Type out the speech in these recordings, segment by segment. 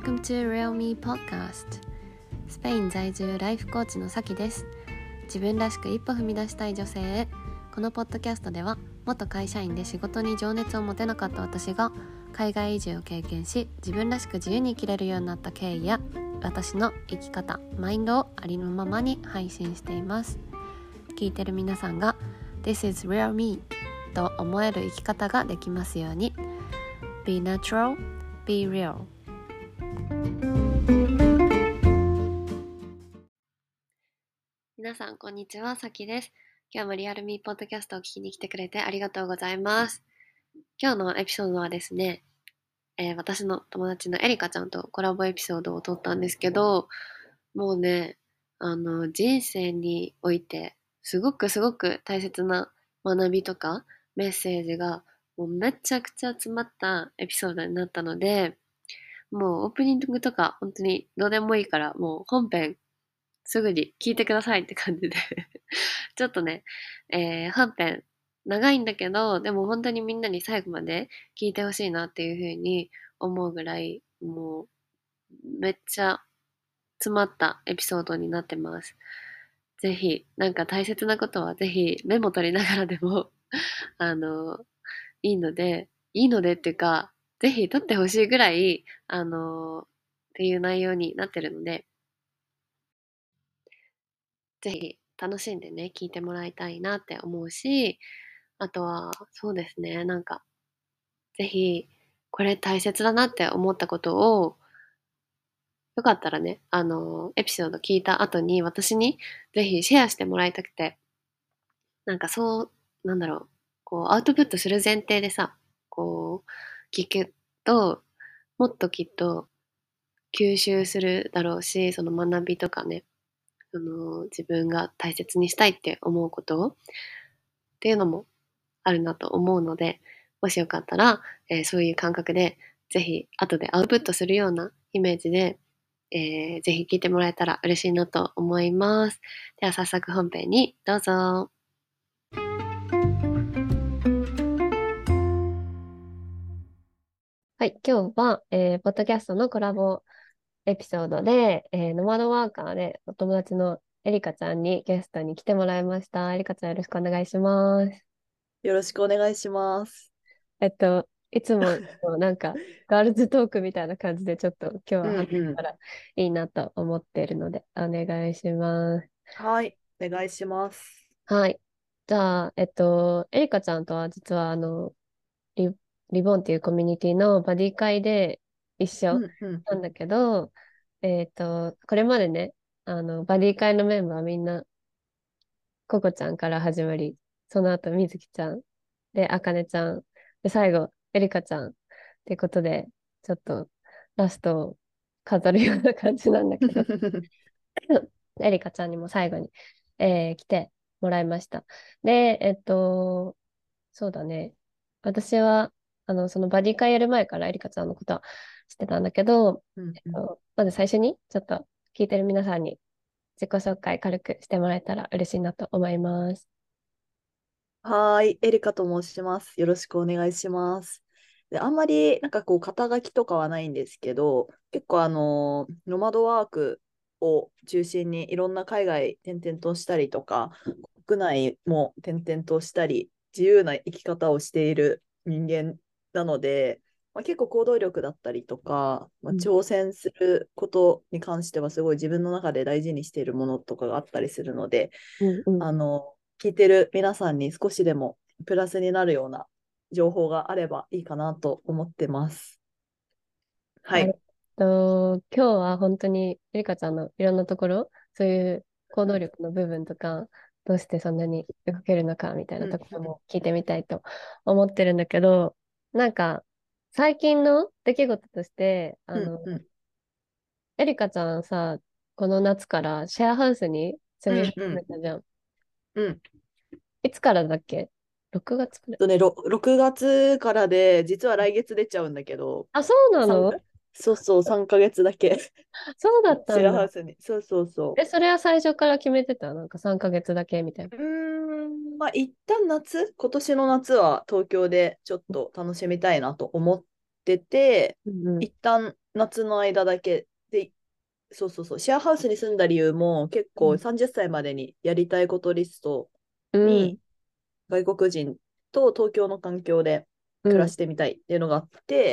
Welcome to Real Me Podcast。 スペイン在住ライフコーチのさきです。自分らしく一歩踏み出したい女性へ。このポッドキャストでは、元会社員で仕事に情熱を持てなかった私が海外移住を経験し、自分らしく自由に生きれるようになった経緯や、私の生き方、マインドをありのままに配信しています。聞いてる皆さんが This is real me と思える生き方ができますように。 Be natural, be real。 皆さんこんにちは、さきです。今日もリアルミーポッドキャストを聞きに来てくれてありがとうございます。今日のエピソードはですね、私の友達のエリカちゃんとコラボエピソードを撮ったんですけど、もうね、人生においてすごく大切な学びとかメッセージがもうめちゃくちゃ詰まったエピソードになったので、もうオープニングとか本当にどうでもいいから、もう本編すぐに聞いてくださいって感じでちょっとね、本編長いんだけど、でも本当にみんなに最後まで聞いてほしいなっていうふうに思うぐらい、もうめっちゃ詰まったエピソードになってます。ぜひ、なんか大切なことはぜひメモ取りながらでもいいのでっていうか、ぜひ取ってほしいぐらい、っていう内容になってるので、ぜひ楽しんでね、聞いてもらいたいなって思うし、あとは、そうですね、なんか、ぜひ、これ大切だなって思ったことを、よかったらね、エピソード聞いた後に私にぜひシェアしてもらいたくて、なんかそう、なんだろう、こう、アウトプットする前提でさ、こう、聞くと、もっときっと吸収するだろうし、その学びとかね、自分が大切にしたいって思うことっていうのもあるなと思うので、もしよかったら、そういう感覚で、ぜひ後でアウトプットするようなイメージで、ぜひ聞いてもらえたら嬉しいなと思います。では早速本編にどうぞ。はい、今日は、ポッドキャストのコラボエピソードで、ノマドワーカーでお友達のエリカちゃんにゲストに来てもらいました。エリカちゃんよろしくお願いします。 よろしくお願いします。 いつもなんかガールズトークみたいな感じでちょっと今日は話せうん。 たらいいなと思っているのでお願いします。 はい、お願いします。 はい。じゃあ、エリカちゃんとは実はリ、リボンっていうコミュニティのバディ会で一緒うんうん。 なんだけど、これまでね、バディ会のメンバーみんな、ココちゃんから始まり、その後、みずきちゃん、で、あかねちゃん、で、最後、エリカちゃんってことで、ちょっとラストを飾るような感じなんだけど、エリカちゃんにも最後に、来てもらいました。で、そうだね。私は、そのバディ会やる前からエリカちゃんのことは知ってたんだけど、 うんうん。 まず最初に、ちょっと聞いてる皆さんに自己紹介軽くしてもらえたら嬉しいなと思います。 はーい、エリカと申します。よろしくお願いします。で、あんまりなんかこう肩書きとかはないんですけど、結構ノマドワークを中心にいろんな海外転々としたりとか、国内も転々としたり、自由な生き方をしている人間なので、結構行動力だったりとか、 うん、 挑戦することに関してはすごい自分の中で大事にしているものとかがあったりするので、 うんうん。 聞いてる皆さんに少しでもプラスになるような情報があればいいかなと思ってます。はありい。 今日は本当にエリカちゃんのいろんなところ、そういう行動力の部分とか、どうしてそんなに動けるのかみたいなところうんうんも聞いてみたいと思ってるんだけど、なんか、最近の出来事として、 うんうんエリカちゃんさ、この夏からシェアハウスに住み始うんうんめたじゃん。 うん。 いつからだっけ？ 6 月くらい。 6月からで、実は来月出ちゃうんだけど、 あ、そうな 3 の？ か、そうそう、3ヶ月だけそうだったシェんだ。 アハウスに。そうそうそそれは最初から決めてた？なんか3ヶ月だけみたいな。 う。一旦今年の夏は東京でちょっと楽しみたいなと思ってて、 うんうん。 一旦夏の間だけで、そうそうそう、シェアハウスに住んだ理由も結構30歳までにやりたいことリストうん。 に外国人と東京の環境でうん。 暮らしてみたいっていうのがあって、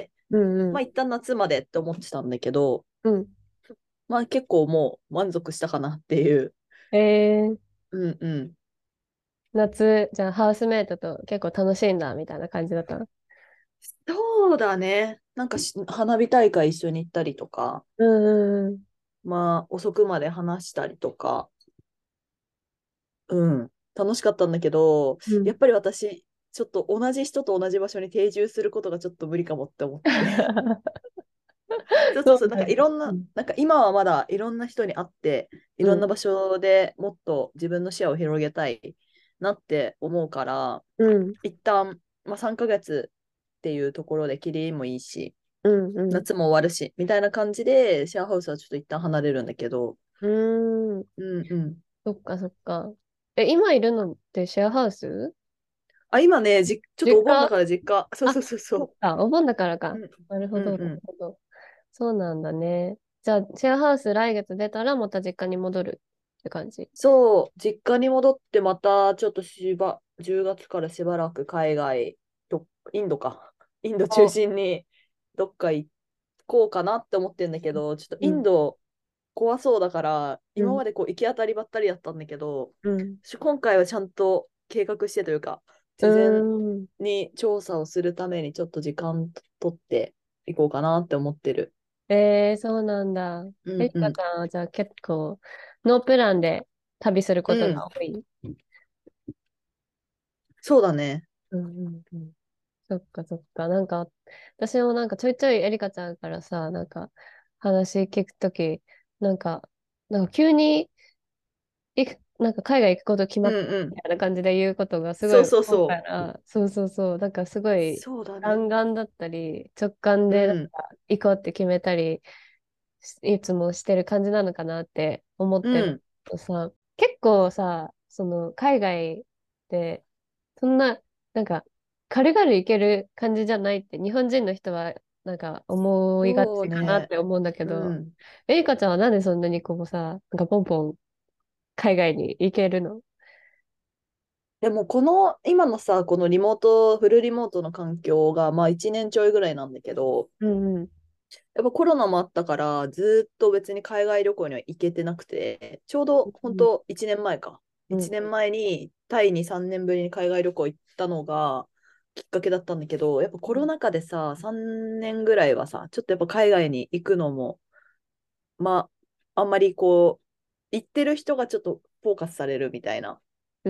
うんうん。 まあ一旦夏までって思ってたんだけど、 うん。 まあ結構もう満足したかなっていう。 えー、 うんうん。 夏、じゃあハウスメイトと結構楽しいんだ、みたいな感じだった？ そうだね。花火大会一緒に行ったりとか、 うんうんまあ遅くまで話したりとか、うん、楽しかったんだけど、 うん。うん。 やっぱり私、ちょっと同じ人と同じ場所に定住することがちょっと無理かもって思って。そうそうそう、なんそうなんだ。 かいろんな、 うん。 なんか今はまだいろんな人に会って、いうん。 ろんな場所でもっと自分の視野を広げたいなって思うから、 うん。 一旦、まあ、3ヶ月っていうところで切りもいいし、 うん。うん。 夏も終わるし、みたいな感じで、シェアハウスはちょっと一旦離れるんだけど、 うーん。 うんうん。 そっかそっか。今いるのってシェアハウス？ あ、今ね、ちょっとお盆だ実家？ から実家。そうあ、 そうそうそそっか。お盆だからう。 か。 うんなるほど、なるうんうん。 ほど。そうなんだね。じゃあ、シェアハウス来月出たらまた実家に戻るって感じ？ そう、実家に戻ってまたちょっと10月からしばらく海外インドか。インド中あ、 心にどっか行こうかなって思ってんだけど、ちょっとイうん、 ンド怖そうだから、 うん、 今までこう行き当たりばったりだったんだけど、 うん。 今回はちゃんと計画してというか、 う事前ーん。 に調査をするためにちょっと時間取っていこうかなって思ってる。 そうなんだ。エリうんうん。 カちゃんはじゃあ結構、ノープランで旅することうん。 が多い？ そうだね。 うんうんうん。そっかそっか。なんか、私もなんかちょいちょいエリカちゃんからさ、なんか話聞くとき、なんか、なんか急になんか海外行くこと決まったうんうん。 みたいな感じで言うことがすごそうい多いかそうそう。 ら、そうそうそう、なんかすごいそうだね。 弾丸だったり、直感うでなんん。 か行こうって決めたり、いつもしてる感じなのかなって思ってるうん。 とさ、結構さ、その海外で、そんな、なんか、軽々行ける感じじゃないって日本人の人はなんか思いがちかなっそうね。 て思うんだけど、 うん。 エリカちゃんはなんでそんなにこうさ、なんかポンポン海外に行けるの？ でも今のさ、このフルリモートの環境が、まあ1年ちょいぐらいなんだけど、 うんうん。 やっぱコロナもあったから、ずっと別に海外旅行には行けてなくて、ちょうど本うん当1年前か。1 うん年前にタイに3年ぶりに海外旅行行ったのがきっかけだったんだけど、やっぱコロナ禍でさ、3年ぐらいはさ、ちょっとやっぱ海外に行くのも、まあ、あんまりこう、行ってる人がちょっとフォーカスされるみたいな。 うん。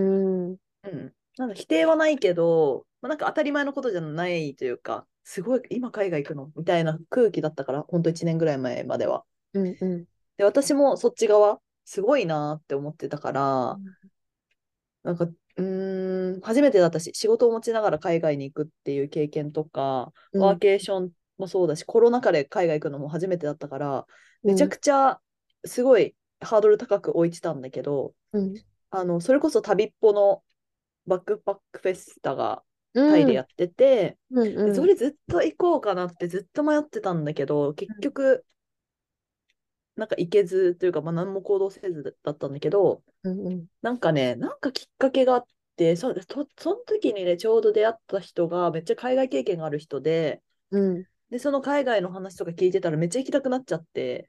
うんうん。なんか否定はないけど、まあ、なんか当たり前のことじゃないというか、すごい今海外行くのみたいな空気だったから、本当1年ぐらい前までは。 うんうん。 で、私もそっち側、すごいなって思ってたから、なんか、初めてだったし、仕事を持ちながら海外に行くっていう経験とか、ワーうんケーションもそうだし、コロナ禍で海外行くのも初めてだったから、めちゃうんくちゃすごいハードル高く置いてたんだけど、 うんそれこそ旅っぽのバックパックフェスタがタイうんでやってて、 うんうんでそれずっと行こうかなってずっと迷ってたんだけど、結局、なんか行けずというか、まあ、何も行動せずだったんだけど、 うんなんかね、なんかきっかけがあって、その時にね、ちょうど出会った人がめっちゃ海外経験がある人うんで、その海外の話とか聞いてたらめっちゃ行きたくなっちゃって、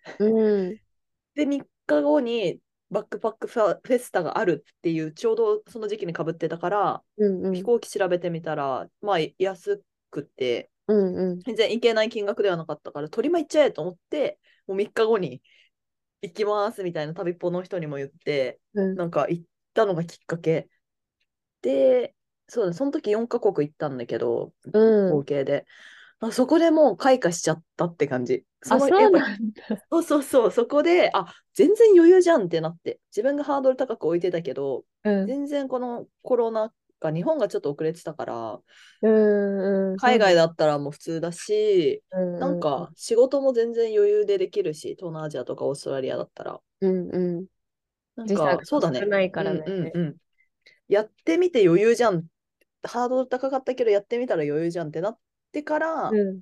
うんで、3日後にバックパックフェスタがあるっていう、ちょうどその時期にかぶってたから、飛うん行機調べてみたら、まあ安くて、 うんうん全然行けない金額ではなかったから、取りま行っちゃえと思って、もう3日後に行きますみたいな旅っぽの人にも言って、 うんなんか行ったのがきっかけで、そうだ、その時4カ国行ったんだけど、 うん。 合計で。そこでもう開花しちゃったって感じ。 あ、そうやっぱ、 なんだ。 そうそうそう、そこで、全然余裕じゃんってなって、自分がハードル高く置いてたけど、 うん全然このコロナ禍、日本がちょっと遅れてたから、 うんうんそうだ。 海外だったらもう普通だし、 うんうんなんか仕事も全然余裕でできるし、東南アジアとかオーストラリアだったら。 うんうん。 なんか、 時差がそうだね。 少ないからうんね。 うんうん。やってみて余裕じゃん。ハードル高かったけど、やってみたら余裕じゃんってなってから、 うん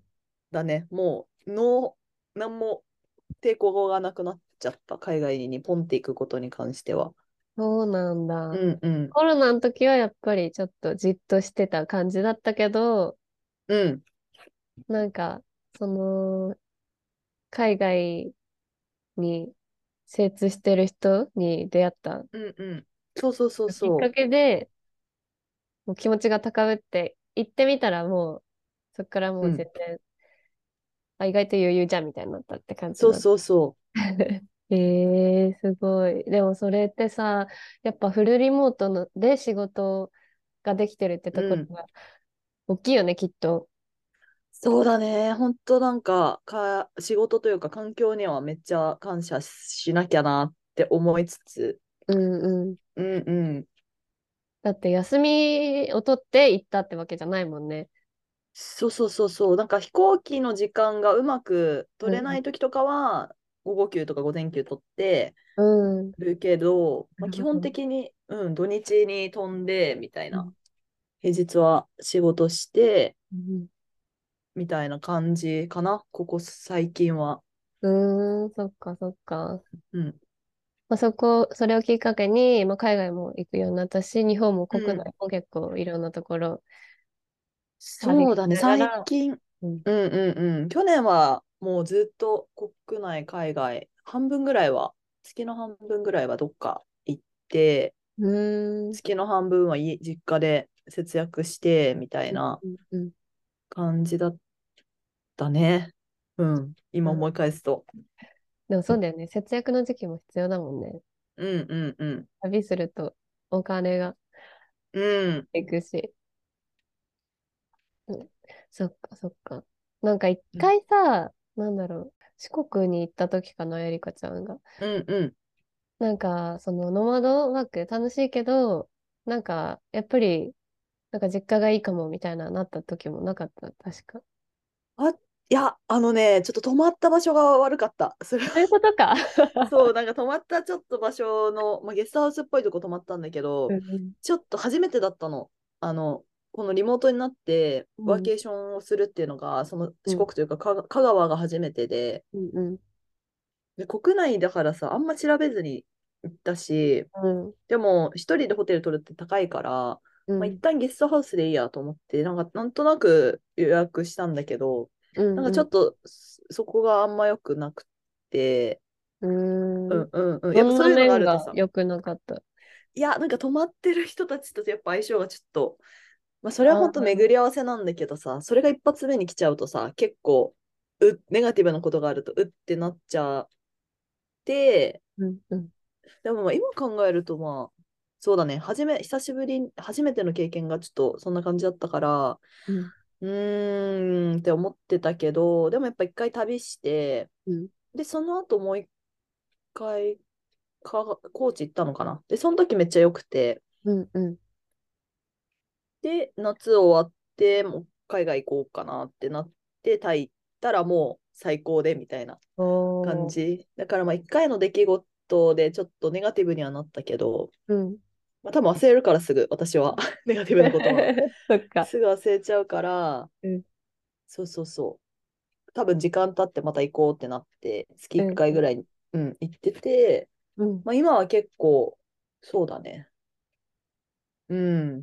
だね。もう、なんも抵抗がなくなっちゃった。海外にポンっていくことに関しては。 そうなんだ。 うんうん。 コロナの時はやっぱりちょっとじっとしてた感じだったけど、 うん。 なんか、その、海外に精通してる人に出会ったうんうん。そうそうそうきっかそけで、もう気持ちが高ぶって行ってみたらもう、そっからもう。うん。 う全然、あ、意外と余裕じゃんみたいになったって感じそうなの。 そうそすごい。でもそれってさ、やっぱフルリモートので仕事ができてるってう。 とこうん。 ろが大きいよね、きっと。 そうだね。本当なんか、仕事というか環境にはめっちゃ感謝しなきゃなって思いつつ。 うんうん。 うんうん。 だって休みを取って行ったってわけじゃないもんね。 そうそうそうそう。なんか飛行機の時間がうまく取れなうんい時とかは、午後休とか午前休取ってうん。うん。 るけど、 なまあ、基るほど。 本的に、土日に飛んで、みたいな。 うん。 平日は仕事して、 うんみたいな感じかな。ここ最近は。 そっかそっか。 うん。 まあ、それをきっかけに、まあ、海外も行くようになったし、日本も国うん。 内も結構いろんなところ旅しそうだね。 ながら、 最近、 うん。 うんうんうん。去年はもうずっと国内、海外、半分ぐらいは、月の半分ぐらいはどっか行って、 うーん。 月の半分は実家で節約して、みたいうんなうんうん。 感じだったね。うん。今思いあ、 返すと。 でもそうだよね。節約の時期も必要だもんね。 うんうんうん。 旅するとお金がうん。 いくし。うん、そっかそっか。なんか一うん回さ、なんだろう。四国に行った時かな、エリカちゃんが。 うんうん。 なんか、そのノマドワーク楽しいけど、なんか、やっぱり、なんか実家がいいかもみたいななった時もなかった、確か。 あ、いや、ちょっと泊まった場所が悪かった。それはそういうことか。 そう、なんか泊まったちょっと場所の、まあ、ゲストハウスっぽいとこ泊まったんだけど、 うんちょっと初めてだったの。このリモートになってワーうん。 ケーションをするっていうのが、そのうん。 四国というか香川が初めてで、 うんうん。 で、国内だからさ、あんま調べずに行ったし、 うん。 でも、一人でホテル取るって高いから、まあ、一うん。 旦ゲストハウスでいいやと思って、なんとなく予約したんだけど、なんかうん。うん。 ちょっとそこがあんま良くなくて、 うーん。 うんうんうん。やどんなっぱそういうのがあ面るとさ、 が良くなかった？ いや、なんか泊まってる人たちとやっぱ相性がちょっと、まあ、それはあ本当巡あ。 り合わせなんだけどさ、それが一発目に来ちゃうとさ、結構、ネガティブなことがあると、うってなっちゃって、 うんうん。 でもまあ今考えるとまあ、そうだね、久しぶりに、初めての経験がちょっとそんな感じだったから、 うん。 って思ってたけど、でもやっぱ一回旅して、 うん。 で、その後もう一回高知行ったのかな。で、その時めっちゃ良くて、 うん。うん。 で、夏終わって、もう海外行こうかなってなって、タイ行ったらもう最高でみたいな感おー。 じ。だからまあ一回の出来事でちょっとネガティブにはなったけど、 うん。 まあ、多分忘れるからすぐ、私は。ネガティブなことは。 そっか。 すぐ忘れちゃうから、 うん。 そうそうそう。多分時間経ってまた行こうってなって、月1 うん。 回ぐらい、行ってて、 うん。 まあ今は結構、そうだね。うん。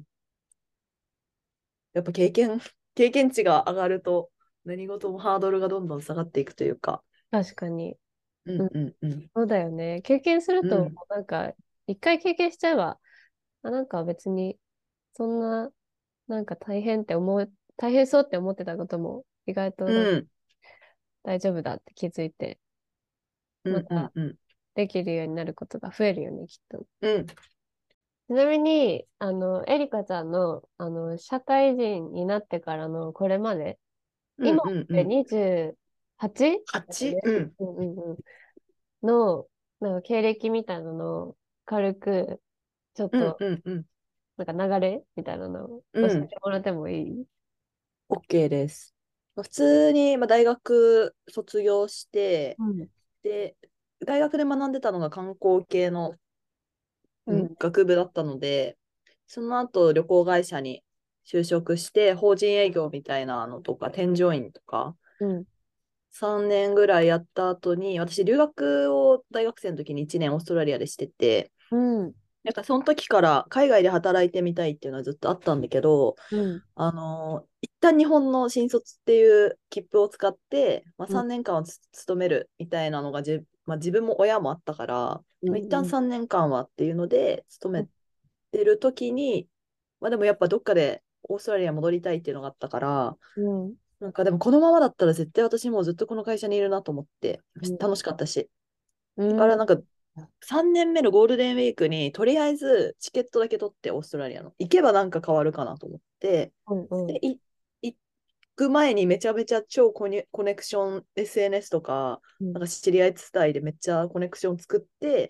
やっぱ経験値が上がると、何事もハードルがどんどん下がっていくというか。 確かに。 うんうん。 うんうん。 そうだよね。経験すると、 うんなんか、一回経験しちゃえば、あ、なんか別に、そんな、なんか大変そうって思ってたことも、意外となんかうん大丈夫だって気づいて、 うんうんまたうんできるようになることが増えるよね、きっと。 うんちなみに、エリカちゃんの、社会人になってからのこれまで、 うん今ってうんうん。 28だよ 8、 ね。 うん。 うんうんうん。の、なんか経歴みたいなのを軽く、ちょっうんと、 うんうん。 なんか流れみたいなのを教えうん。 てもらってもいい？ OK です。普通に、まあ、大学卒業して、 うん。 で、大学で学んでたのが観光系のうん。 学部だったので、その後旅行会社に就職して、法人営業みたいなのとか、添乗員とかうん、 3年ぐらいやった後に、私留学を大学生の時に1年オーストラリアでしてて、 うん、 なんかその時から海外で働いてみたいっていうのはずっとあったんだけど、 うん、 一旦日本の新卒っていう切符を使って、まあ、 うん、 3年間は勤めるみたいなのがまあ、自分も親もあったから、まあ、一旦うん、 3年間はっていうので勤めてる時に、まあ、でもやっぱどっかでオーストラリア戻りたいっていうのがあったから、 うん、 なんかでもこのままだったら絶対私もうずっとこの会社にいるなと思って、 うん、 楽しかったし。 うん、うん、 だからなんか3年目のゴールデンウィークにとりあえずチケットだけ取ってオーストラリアの行けばなんか変わるかなと思って、 うん、うん、 で、行く前にめちゃめちゃ超コネクション SNS とか、なんか知り合い伝いでめっちゃコネクション作って、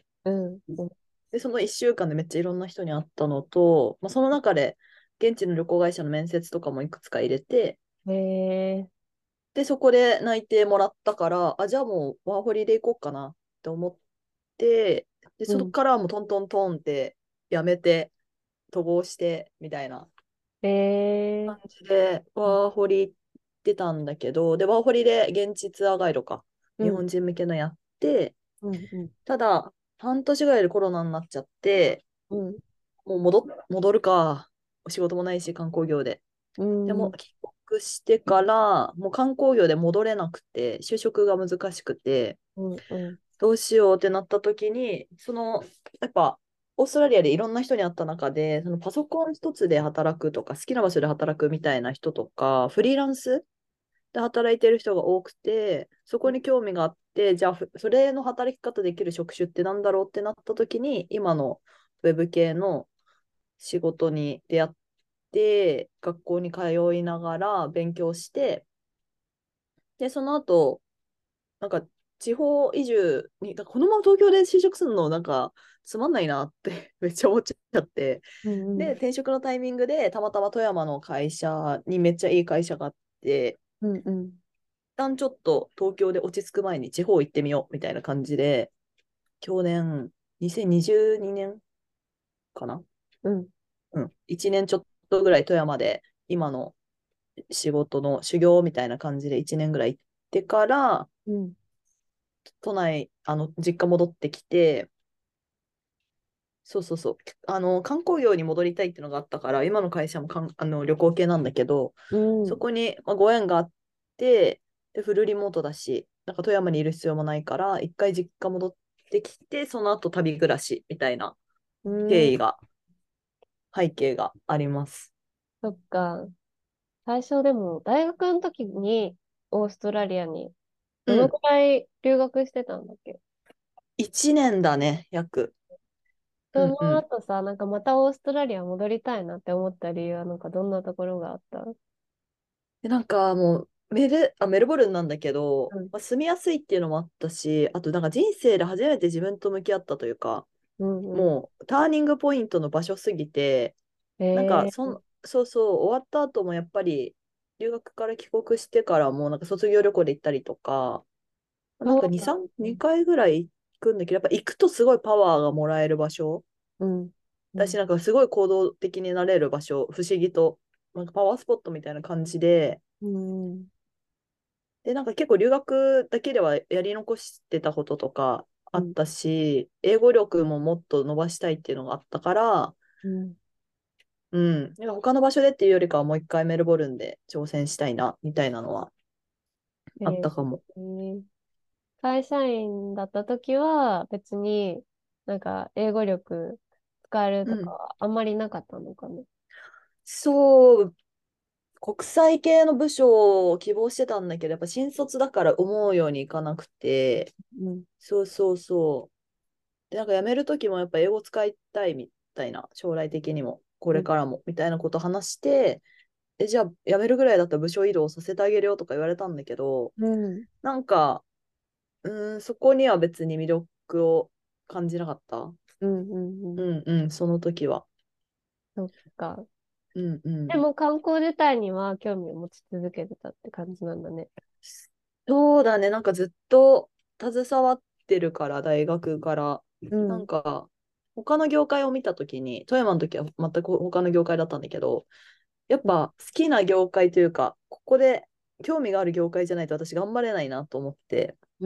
うん、 で、その1週間でめっちゃいろんな人に会ったのと、まあ、その中で現地の旅行会社の面接とかもいくつか入れて、 へえ、 で、そこで内定もらったから、あ、じゃあもうワーホリで行こうかなって思って、で、そこうん、 からはもうトントントンってやめて、渡航してみたいなへえ、 感じで、ワーホリ行ってたんだけど、で、ワーホリで現地ツアーガイドか、 うん、 日本人向けのやって、 うん、うん、 ただ、半年ぐらいでコロナになっちゃって、 うん、 もう戻るか、お仕事もないし、観光業で。 うでも、 ん、 帰国してから、もう観光業で戻れなくて、就職が難しくて、 うん、うん、 どうしようってなった時に、やっぱ、オーストラリアでいろんな人に会った中で、そのパソコン一つで働くとか、好きな場所で働くみたいな人とか、フリーランスで働いてる人が多くて、そこに興味があって、じゃあ、それの働き方できる職種ってなんだろうってなった時に、今のウェブ系の仕事に出会って、学校に通いながら勉強して、で、その後、なんか地方移住に、このまま東京で就職するのなんかつまんないなってめっちゃ思っちゃって、 うん、うで、 ん、 転職のタイミングでたまたま富山の会社にめっちゃいい会社があって、 うん、うん、 一旦ちょっと東京で落ち着く前に地方行ってみようみたいな感じで、去年、2022年かな、 うん、 うん。1年ちょっとぐらい富山で今の仕事の修行みたいな感じで1年ぐらい行ってから、 うん、 都内、実家戻ってきて、そうそうそう、観光業に戻りたいっていうのがあったから、今の会社も旅行系なんだけど、 うん、 そこに、まあ、ご縁があって、で、フルリモートだし、なんか富山にいる必要もないから、一回実家戻ってきて、その後旅暮らしみたいなうん、 経緯が、背景があります。 そっか。最初でも、大学の時にオーストラリアにどのくうん。 らい留学してたんだっけ？ 1年だね、約。うそのんうん。 後さ、なんかまたオーストラリア戻りたいなって思った理由は、なんかどんなところがあった？ で、なんかもう、メルボルンなんだけど、 うん、 まあ、住みやすいっていうのもあったし、あとなんか人生で初めて自分と向き合ったというか、 うん、うん。 もうターニングポイントの場所すぎて、なんかえー、 そうそう、終わった後もやっぱり留学から帰国してからもなんか卒業旅行で行ったりとか、なんかそうなん 2回ぐらい行くんだけど、やっぱ行くとすごいパワーがもらえる場所うん、うん、 だし、なんかすごい行動的になれる場所、不思議と、なんかパワースポットみたいな感じで、 うん、 で、なんか結構留学だけではやり残してたこととかあうん、 ったし、英語力ももっと伸ばしたいっていうのがあったから、 うん。 うん。なんか他の場所でっていうよりかはもう一回メルボルンで挑戦したいな、みたいなのはあっえたかも。 会社員だった時は別になんか英語力使えるとかうん。 はあんまりなかったのかな。 そう、国際系の部署を希望してたんだけど、やっぱ新卒だから思うようにいかなくて、 うん。 そうそうそう。で、なんか辞めるときもやっぱ英語使いたいみたいな、将来的にも、こうん。 れからも、みたいなこと話して、じゃあ辞めるぐらいだったら部署移動させてあげるよとか言われたんだけど、 うん。 なんか、そこには別に魅力を感じなかった。 うん。うん。うん。 うんうん、その時は。 そっか。 うんうん。 でも観光自体には興味を持ち続けてたって感じなんだね。 そうだね、なんかずっと携わってるから、大学から。 うん。 なんか、他の業界を見た時に、富山の時は全く他の業界だったんだけど、やっぱ好きな業界というか、ここで興味がある業界じゃないと私頑張れないなと思って、 うん、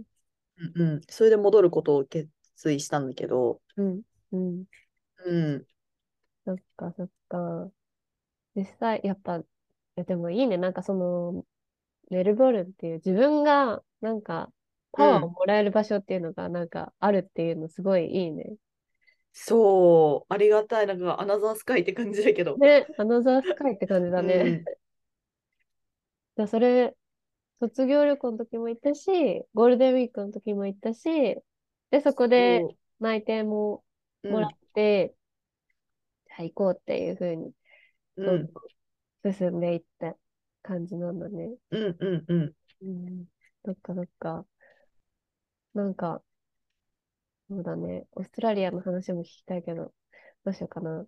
うんうん、それで戻ることを決意したんだけど、 うん、うん。 うん、 そっか、そっか。実際、やっぱ、でもいいね。なんかその、メルボルンっていう自分が、なんか、パワーをうん。 もらえる場所っていうのが、なんか、あるっていうのすごいいいね。 そう、ありがたい。なんかアナザースカイって感じだけど。 ね、アナザースカイって感じだうね。 ん、 じゃあそれ、卒業旅行の時も行ったし、ゴールデンウィークの時も行ったし、で、そこでそ内定もう、 もらっうん、 て、じゃあ行こうっていう風に、どんどうん、 ん進んでいった感じなんだね。 うん、うん、うん。 うん。そっかそっか。なんか、そうだね。オーストラリアの話も聞きたいけど、どうしようかな。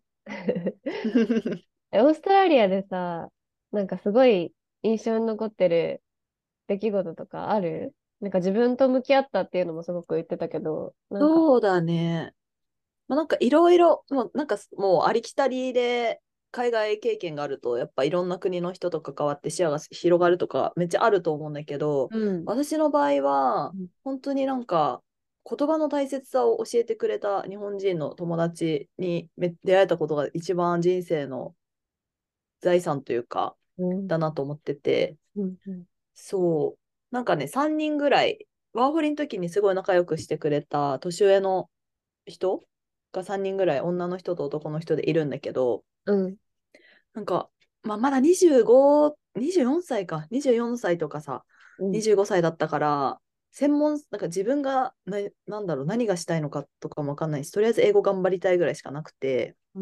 オーストラリアでさ、なんかすごい印象に残ってる出来事とかある？なんか自分と向き合ったっていうのもすごく言ってたけど、なんか、 そうだね。まあ、なんかいろいろ、もうなんかもうありきたりで海外経験があると、やっぱいろんな国の人と関わって視野が広がるとかめっちゃあると思うんだけど、 うん。 私の場合は、 うん本当になんか言葉の大切さを教えてくれた日本人の友達に出会えたことが一番人生の財産というか、 うん、 だなと思ってて、 うん、うん、 そう、なんかね、3人ぐらい、ワーホリの時にすごい仲良くしてくれた年上の人が3人ぐらい女の人と男の人でいるんだけど、 うん、 なんか、まあ、まだ25、24歳か、24歳とかさ、 うん、 25歳だったから、なんか自分がなんだろう、何がしたいのかとかもわかんないし、とりあえず英語頑張りたいぐらいしかなくて、 うん、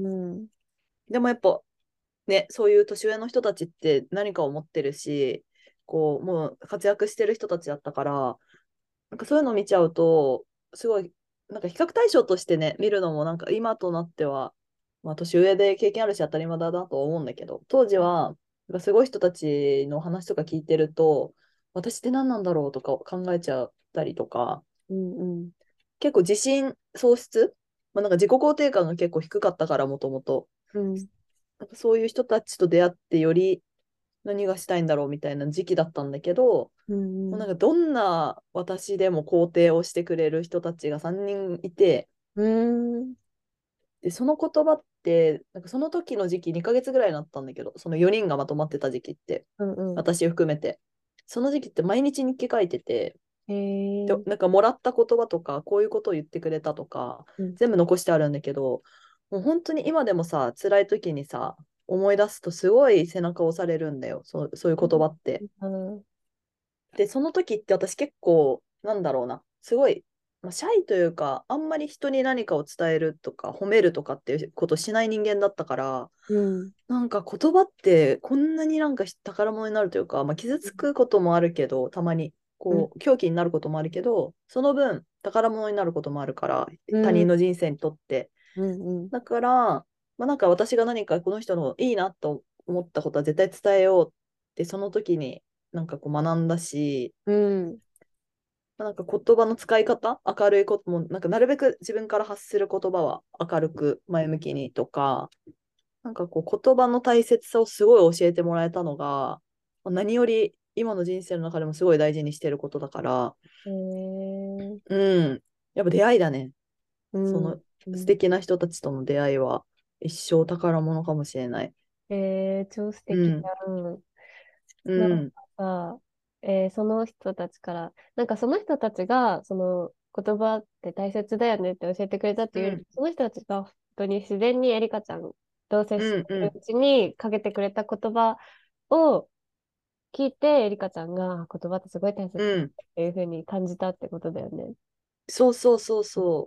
でもやっぱね、そういう年上の人たちって何かを持ってるし、こう、もう活躍してる人たちだったから、なんかそういうのを見ちゃうと、すごい、なんか比較対象としてね、見るのもなんか今となっては、まあ年上で経験あるし当たり前だなとは思うんだけど、当時は、なんかすごい人たちの話とか聞いてると、私って何なんだろうとか考えちゃったりとか、 うん、うん、 結構自信喪失、まあ、なんか自己肯定感が結構低かったからもともと、 うん、 なんかそういう人たちと出会ってより何がしたいんだろうみたいな時期だったんだけど、 うん、 もうなんかどんな私でも肯定をしてくれる人たちが3人いて、 うん、 で、その言葉って、なんかその時の時期2ヶ月ぐらいになったんだけど、その4人がまとまってた時期って、 うん、うん。 私を含めて、その時期って毎日日記書いてて、 へで、 え、 なんかもらった言葉とか、こういうことを言ってくれたとか、 うん、 全部残してあるんだけど、もう本当に今でもさ、辛い時にさ、思い出すとすごい背中を押されるんだよ、そういう言葉って。 うん、 で、その時って私結構、なんだろうな、すごい、まあ、シャイというか、あんまり人に何かを伝えるとか、褒めるとかっていうことをしない人間だったから、 うん、 なんか言葉ってこんなになんか宝物になるというか、まあ、傷つくこともあるけど、たまに、 うん、 こう、狂気になることもあるけど、その分、宝物になることもあるから、他うん、 人の人生にとって。 うん、 だから、まあ、なんか私が何かこの人のいいなと思ったことは絶対伝えようって、その時になんかこう学んだし、 うん、 まあなんか言葉の使い方、明るいことも、なんかなるべく自分から発する言葉は明るく前向きにとか、なんかこう言葉の大切さをすごい教えてもらえたのが、まあ何より今の人生の中でもすごい大事にしてることだから、 へえ、 うん、やっぱ出会いだね。 うん、 そのうん。 素敵な人たちとの出会いは一生宝物かもしれない。 超素うん、 敵じゃん。なんかうん、 さ、その人たちから、なんかその人たちが、その言葉って大切だよねって教えてくれたっていうより、 うん、 その人たちが本当に自然にエリカちゃんと接しうん、うん、 てるうちにかけてくれた言葉を聞いて、エリカちゃんが言葉ってすごい大切だうん。 っていうふうに感じたってことだよね。 そうそうそうそう。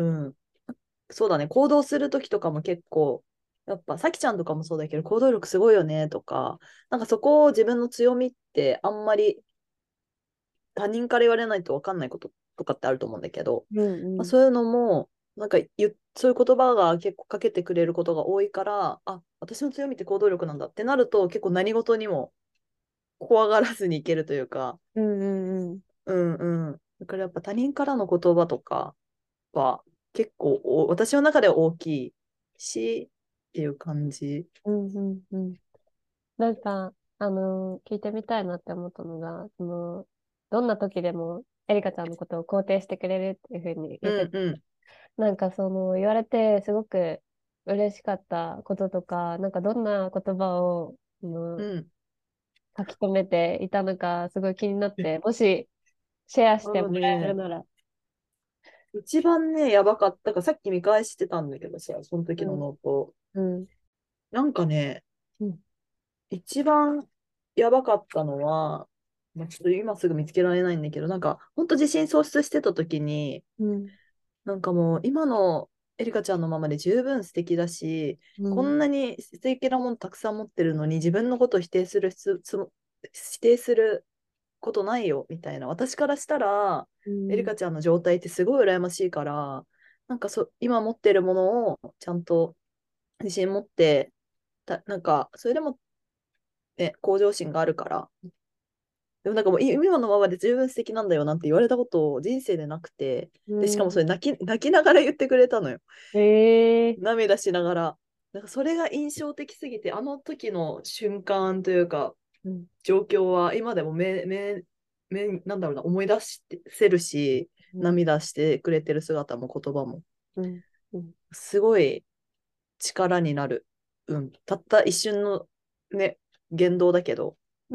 うん。そうだね。行動するときとかも結構、やっぱ、さきちゃんとかもそうだけど、行動力すごいよねとか、なんかそこを自分の強みってあんまり他人から言われないと分かんないこととかってあると思うんだけど、まあ、 うんうん。 そういうのも、なんかそういう言葉が結構かけてくれることが多いから、あ、私の強みって行動力なんだってなると、結構何事にも怖がらずにいけるというか、 うんうんうん。 うんうん。だからやっぱ他人からの言葉とかは結構私の中では大きいし、っていう感じ。 うんうんうん。なんか、 聞いてみたいなって思ったのが、どんな時でもエリカちゃんのことを肯定してくれるっていうふうに言って、 うんうん。 なんか言われてすごく嬉しかったこととか、なんかどんな言葉を、 うん。 書き留めていたのか、すごい気になって、もしシェアしあてもらえるのね、 なら。 一番ね、やばかったから、さっき見返してたんだけどさ、その時のうん、 ノート。 うん、 なんかね、 うん、 一番やばかったのは、まあ、ちょっと今すぐ見つけられないんだけど、なんか、ほんと自信喪失してた時に、 うん、 なんかもう、今のエリカちゃんのままで十分素敵だし、こうん、 んなに素敵なものたくさん持ってるのに、自分のことを否定することないよ、みたいな。私からしたら、 うん、 エリカちゃんの状態ってすごい羨ましいから、なんか今持ってるものをちゃんと自信持って、なんか、それでも、ね、向上心があるから、でもなんかもう今のままで十分素敵なんだよなんて言われたこと人生でなくて、で、しかもそうん。 れ泣きながら言ってくれたのよ。 ええ涙しながら。なんかそれが印象的すぎて、あの時の瞬間というか、 うん、 状況は今でもなんだろうな、思い出してせるし、 うん、 涙してくれてる姿も言葉も、 うん、うん、 すごい力になる。うん。たった一瞬のね、言動だけど、 うん、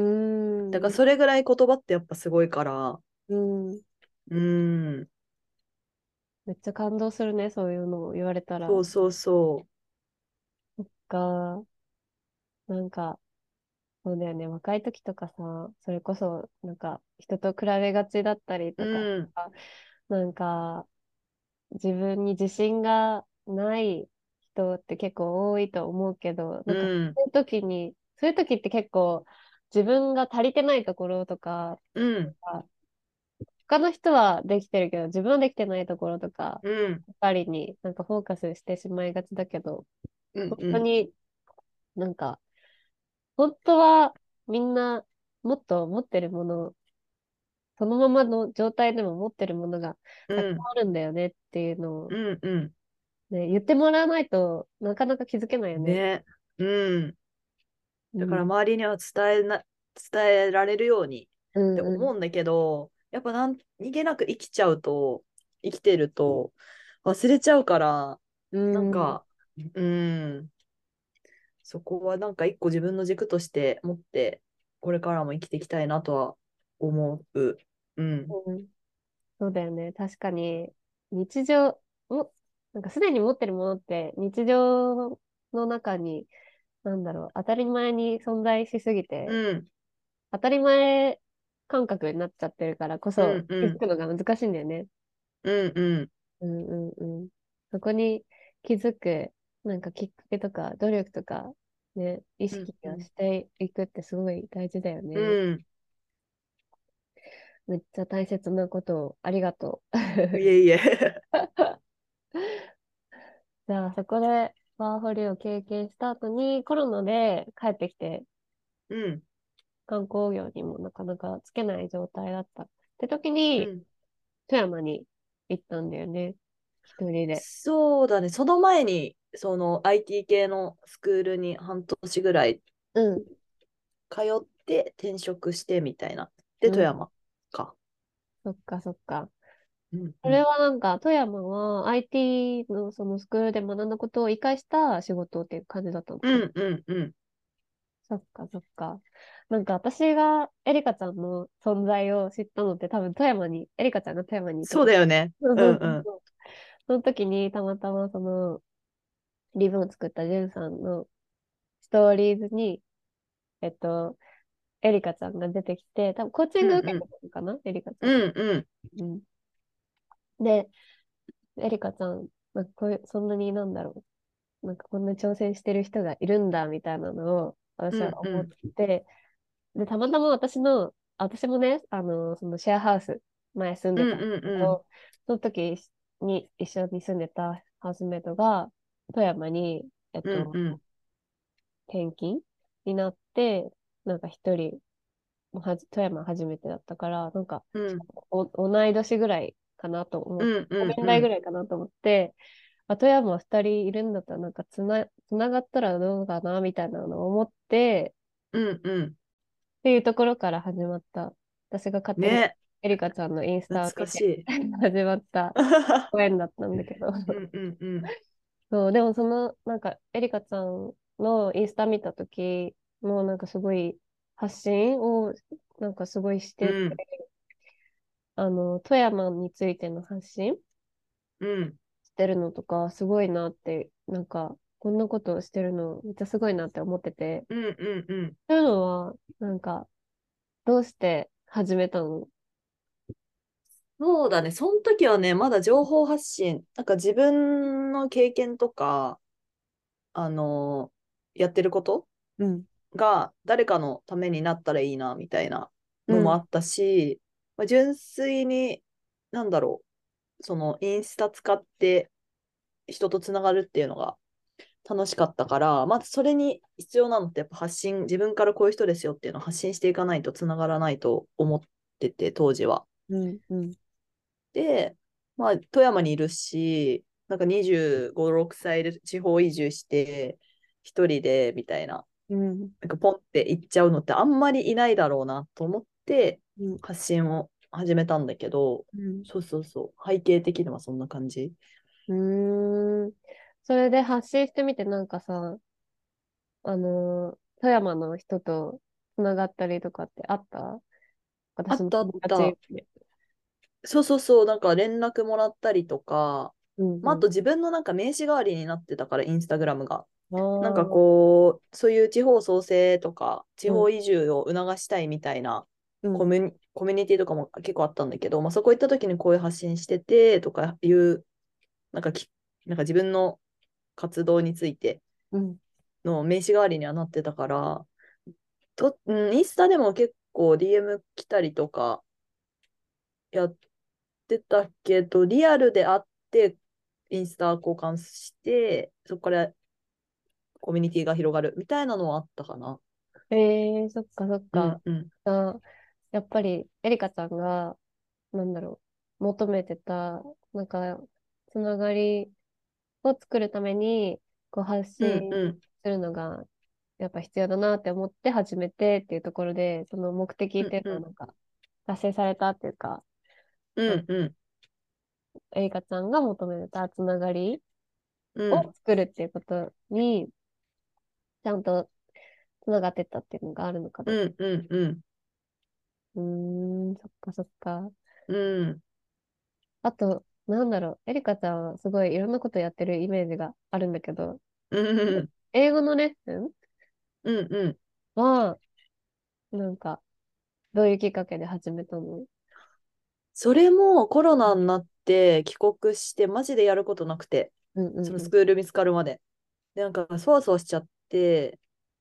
だからそれぐらい言葉ってやっぱすごいから、 うん。 うーん。 めっちゃ感動するね、そういうのを言われたら。 そうそうそが、なんか、そうだよね。若い時とかさ、それこそ、なんか、人と比べがちだったりう。 とか、 うん。 なんか、自分に自信がない人って結構多いと思うけど、 うなんか、 ん。 そういう時って結構、自分が足りてないところとか、 うん。 他の人はできてるけど、自分はできてないところとか、 うん。 ばっかりになんかフォーカスしてしまいがちだけど、 うん。 本うん。 当になんか、本当はみんなもっと持ってるもの、そのままの状態でも持ってるものがうん。 たくさんあるんだよねっていうのを、 うん。うん。 ね、言ってもらわないとなかなか気づけないよね。 ね。うん。だからうん。 周りには伝えられるようにってうんうん。 思うんだけど、やっぱ逃げなく生きてると忘れちゃうから、 うなんん。 か、うん。そこはなんか一個自分の軸として持って、これからも生きていきたいなとは思う。うん。 うん。そうだよね。確かに、日常、なんかすでに持ってるものって日常の中に、なんだろう、当たり前に存在しすぎて、 うん。 当たり前感覚になっちゃってるからこそうんうん。 気づくのが難しいんだよね。 うんうん。 うんうんうん。そこに気づく、なんかきっかけとか努力とか、ね、意うん識をうん。 していくってすごい大事だようね。 ん。 めっちゃ大切なことをありがとう。 いえいえ。 じゃあそこでワーホリを経験した後にコロナで帰ってきてうん。 観光業にもなかなかつけない状態だったって時にうん。 富山に行ったんだよね。一人で。 そうだね。その前に、その IT 系のスクールに半年ぐらいうん。 通って転職してみたいな。で、 うん。 富山か。 そっかそっか。 うんうん。 それはなんか富山は IT のそのスクールで学んだことを活かした仕事っていう感じだったのかな。 うんうんうん。 そっかそっか。なんか私がエリカちゃんの存在を知ったのって多分エリカちゃんが富山にいたそうと。 だよね。 そうそううんうん。 そうそう。その時にたまたまリブンを作ったジュンさんのストーリーズに、えっと、エリカちゃんが出てきて、多分コーチング受けてうんうん。 たのかなエリカちゃん。 うんうん。 うん。で、エリカちゃん、なんかそんなになんだろう。なんかこんな挑戦してる人がいるんだみたいなのをう私は思っんうん。 て、で、たまたま私もね、そのシェアハウス、前住んうんでたんだうんうん。 けど、その時に一緒に住んでたハウスメイトが、富山に、 うんうん。 転勤になって、なんか一人、富山初めてだったから、なんか、 うん同い年ぐらいかなと思って、 うんう同年んうん。 代ぐらいかなと思って、富山二人いるんだったら、なんかつながったらどうかな、みたいなのを思って、 うんうん。 ていうところから始まった。私が勝手にね、 エリカちゃんのインスタを懐か見てしい。 始まったご縁だったんだけど。 うんうんうん。 そう、でもその、なんか、エリカちゃんのインスタ見たとき、もうなんかすごい発信を、なんかすごいしてて、 うん、 富山についての発信うん、 してるのとか、すごいなって、なんか、こんなことをしてるの、めっちゃすごいなって思ってて、 うん、うん、うん。 そういうのは、なんか、どうして始めたの？ そうだね。その時はね、まだ情報発信、なんか自分の経験とか、あのやってることうん。 が誰かのためになったらいいな、みたいなうん。 のもあったし、まあ、純粋に、なんだろそのインスタ使って人とつながるっていうのが楽しかったから、まずそれに必要なのってやっぱ発信、自分からこういう人ですよっていうのを発信していかないとつながらないと思ってて、当時は。 うん。うん。 で、まあ、富山にいるし、なんか25、6歳で地方移住して、一人でみたいな、 うん。 なんかポンって行っちゃうのってあんまりいないだろうなと思ってうん。 発信を始めたんだけど、 うん。 そうそうそう、背景的にはそんな感じ。 うーん。それで発信してみて、なんかさ、富山の人とつながったりとかってあった？ あったあっ私の友達た。 で。 そうそうそう、なんか連絡もらったりとか、まあ、あうん。 と自分のなんか名刺代わりになってたから、インスタグラムが。 あなんかあ。 こう、そういう地方創生とか、地うん。 方移住を促したいみたいなうん。 コミュニティとかも結構あったんだけど、まあ、そこ行った時にこういう発信しててとかいう、なんかなんか自分の活動についてうん。 の名刺代わりにはなってたから、インスタでも結構 DM 来たりとかやってたけど、リアルで会って、インスタ交換して、そこからコミュニティが広がるみたいなのはあったかな。 そっかそっか。 うんうん。 あ、やっぱり、エリカちゃんが、なんだろ求めてた、なんか、つながりを作るために、こう発うん信うん。 するのが、やっぱ必要だなって思って始めてっていうところで、その目的っていううんうん。 のはなんか、達成されたっていうか、あうんうん。 エリカちゃんが求めてたつながりをうん。 作るっていうことに、ちゃんとつながってったっていうのがあるのかな。 うんうんうん。 そっかそっか。 うん。 あと、なんだろエリカちゃんはすごいいろんなことやってるイメージがあるんだけど、 うんうん。 英語のレッスンうんうん。 は、なんか、どういうきっかけで始めたの？ それもコロナになって帰国して、マジでやることなくて、 うんうんそのうん。 スクール見つかるまで。で、なんか、そわそわしちゃって、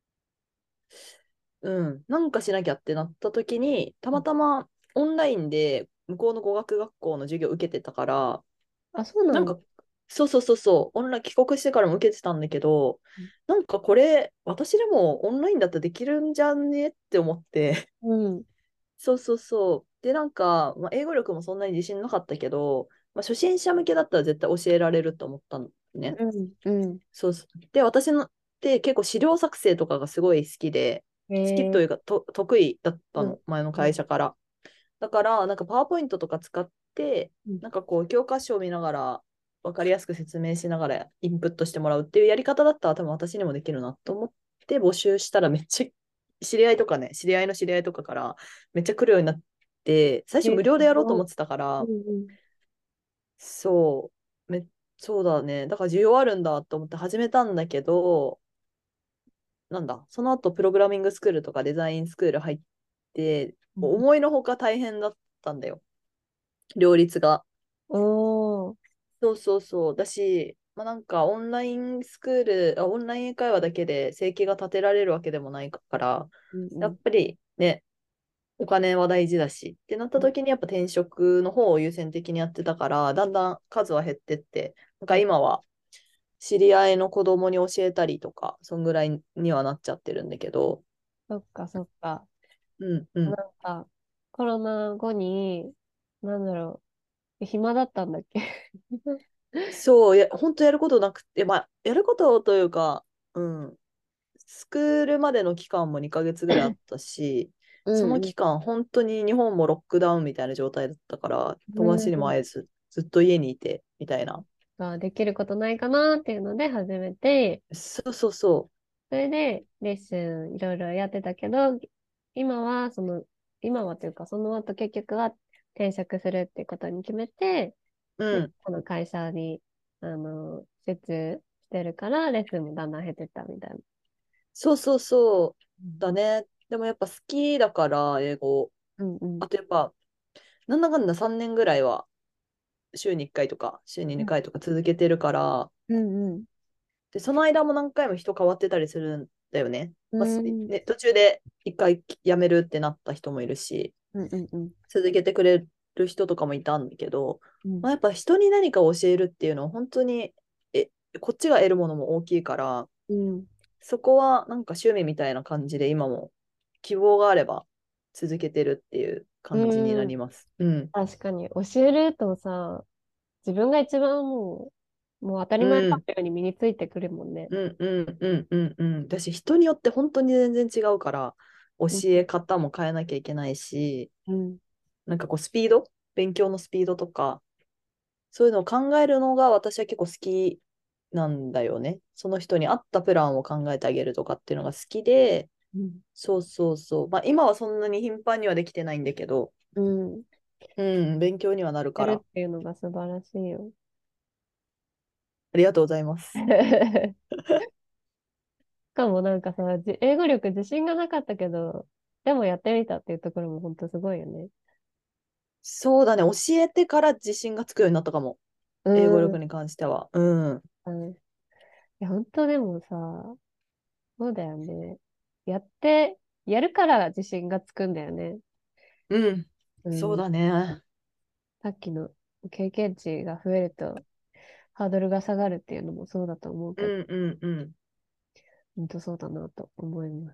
なんかしなきゃってなった時に、たうん。 またまオンラインで向こうの語学学校の授業を受けてたから、 あ、そうなんだ。 なんか、そうそうそうそう、オンライン帰国してからも受けてたんだけど、なんかこれ、私でもオンラインだったらできるんじゃねって思って、 うん。 そうそうそう。で、なんか、まあ、英語力もそんなに自信なかったけど、まあ、初心者向けだったら絶対教えられると思ったのね。 うん。うん。 そうそう。で、私のって結構資料作成とかがすごい好きで、 へ好きというえ。 か得意だったうん。 の、前のうん。 会社から。だから、なんかパワーポイントとか使って、 うん。 なんかこう、教科書を見ながら、わかりやすく説明しながらインプットしてもらうっていうやり方だったら多分私にもできるなと思って募集したらめっちゃ知り合いとかね、知り合いの知り合いとかからめっちゃ来るようになって、最初無料でやろうとすごい。 思ってたかうら、 んそう、そうだね。だから需要あるんだと思って始めたんだけど、なんだ、その後プログラミングスクールとかデザインスクール入って、 うん。 思いのほか大変だったんだよ。両立が。 おー。 そうそうそう。だし、まあ、なんかオンラインスクール、オンライン英会話だけで生計が立てられるわけでもないから、 うんうん。 やっぱりね、お金は大事だしってなった時にやっぱ転職の方を優先的にやってたから、だんだん数は減ってって、なんかうん。 今は知り合いの子供に教えたりとか、そんぐらいにはなっちゃってるんだけど、 そっかそっか。 うんうん。 なんか、コロナ後に、なんだろ暇だったんだっけ？ そう、本当やることなくて、まあ、やることというか、うん、スクールまでの期間も2ヶ月ぐらいあったし、 そうんうの期間、本当に日本もロックダウンみたいな状態だったから、 ん。 友達にもうん。 会えず、ずっと家にいて、みたいな。 できることないかなっていうので始めて、 そうそうそそれでレッスンいろいろやってたけど、今はその、今はというかその後結局は転職するってことに決めて、 う。うで、 ん。 この会社に、集中してるから、レッスンもだんだん減ってったみたいな。 そうそうそうだね。でもやっぱ好きだから、英語。 うんうん。 あとやっぱ、なんだかんだ3年ぐらいは週に1回とか、週にうん 2回とか続けてるから、 うんうん。 で、その間も何回も人変わってたりするんだよね。 うまあ、 んね、途中で1回辞めるってなった人もいるし、 うんうんうん。 続けてくれる人とかもいたんだけど、 うんまあ、やっぱ人に何かを教えるっていうのは本当に、え、こっちが得るものも大きいから、 うんそこはなんか趣味みたいな感じで今も希望があれば続けてるっていう感じになうん。 ります。うん。 確かに、教えるとさ、自分が一番もう当たりう前かん。 のように身についてくるもんね。 うんうんうんうんうん。私人によって本当に全然違うから教うんえ方も変えなきゃいけないし、 うんなんかこうスピード勉強のスピードとかそういうのを考えるのが私は結構好きなんだよね。その人に合ったプランを考えてあげるとかっていうのが好きで、 うん。 そうそうそう。まあ今はそんなに頻繁にはできてないんだけど、 うん。 うん、勉強にはなるから。 やるっていうのが素晴らしいよ。 ありがとうございます。 しかもなんかさ、英語力自信がなかったけど、でもやってみたっていうところも本当すごいよね。 そうだね。教えてから自信がつくようになったかも。 うん。 英語力に関しては。うん。 うん。いや、本当でもさ、そうだよね。やって、やるから自信がつくんだよね。 うん。 うん。 そうだね。 さっきの経験値が増えるとハードルが下がるっていうのもそうだと思うけど、 うんうんうん。 本当そうだなと思います。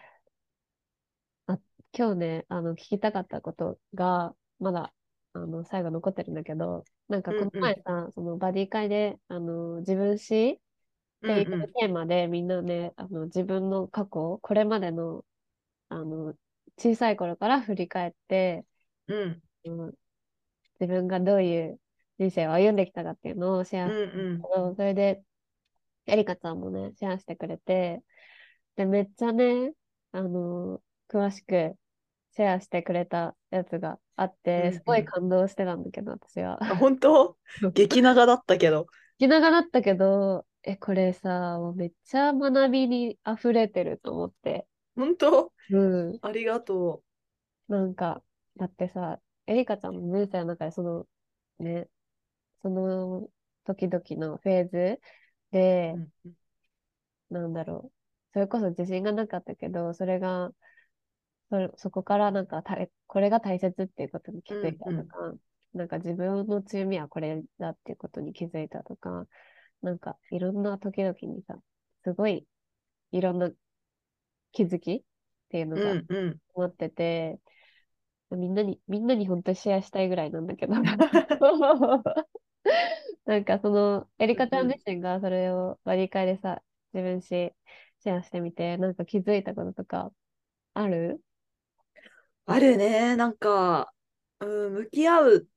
あ、今日ね、聞きたかったことが、まだ、最後残ってるんだけど、なんかこのうんうん。 前さ、そのバディ会で、自分史っていううんうん。 テーマでみんなね、自分の過去、これまでの、小さい頃から振り返って、 うん。 うん自分がどういう人生を歩んできたかっていうのをシェうんアしたんだうん。 けど、それで、エリカちゃんもね、シェアしてくれて、で、めっちゃね、詳しくシェアしてくれたやつがあって、すごいうんうん。 感動してたんだけど、私は。 あ、本当激長だったけど。 聞きながらだったけど、これさ、もうめっちゃ学びに溢れてると思って。 本当うん。 ありがとなんか、だってさ、エリカちゃんの人生の中でね、その時々のフェーズう。うで、 んうんなんだろう。それこそ自信がなかったけど、それが、そこからなんかこれが大切っていうことに気うづいんうん。 たとか、なんか自分の強みはこれだっていうことに気づいたとか、なんかいろんな時々にさ、すごいいろんな気づきっていうのうがんうん。 持ってて、みんなに本当にシェアしたいぐらいなんだけど。なんかその、エリカちゃんうんうん。 自身がそれを割り替えでさ、自分シェアしてみて、なんか気づいたこととかある？ あるね。なんか、うん、向き合うって、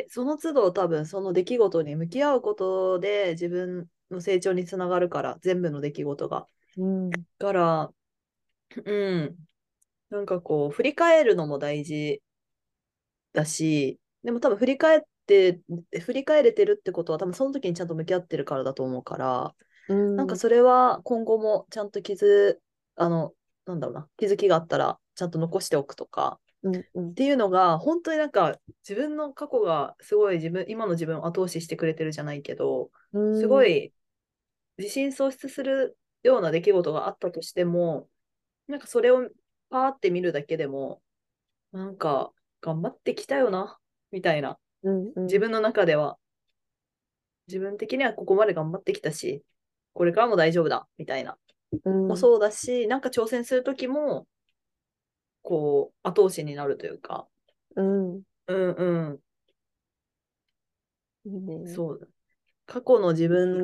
その都度多分その出来事に向き合うことで自分の成長につながるから、全部の出来事が。 うん。 から、うん、なんかこう、振り返るのも大事だし、でも多分振り返れてるってことは多分その時にちゃんと向き合ってるからだと思うから、 うん。 なんかそれは今後もちゃんとあの、なんだろうな、気づきがあったらちゃんと残しておくとか、 うん。うん。 っていうのが、本当になんか自分の過去がすごい今の自分を後押ししてくれてるじゃないけど、 うん。 すごい自信喪失するような出来事があったとしても、なんかそれをパーって見るだけでも、なんか頑張ってきたよな、みたいな。 うん。うん。 自分の中では、自分的にはここまで頑張ってきたし、これからも大丈夫だ、みたいな。 うん。 もそうだし、なんか挑戦するときも、こう、後押しになるというか、 うん。 うんうん、 いいね。 そう。過去の自分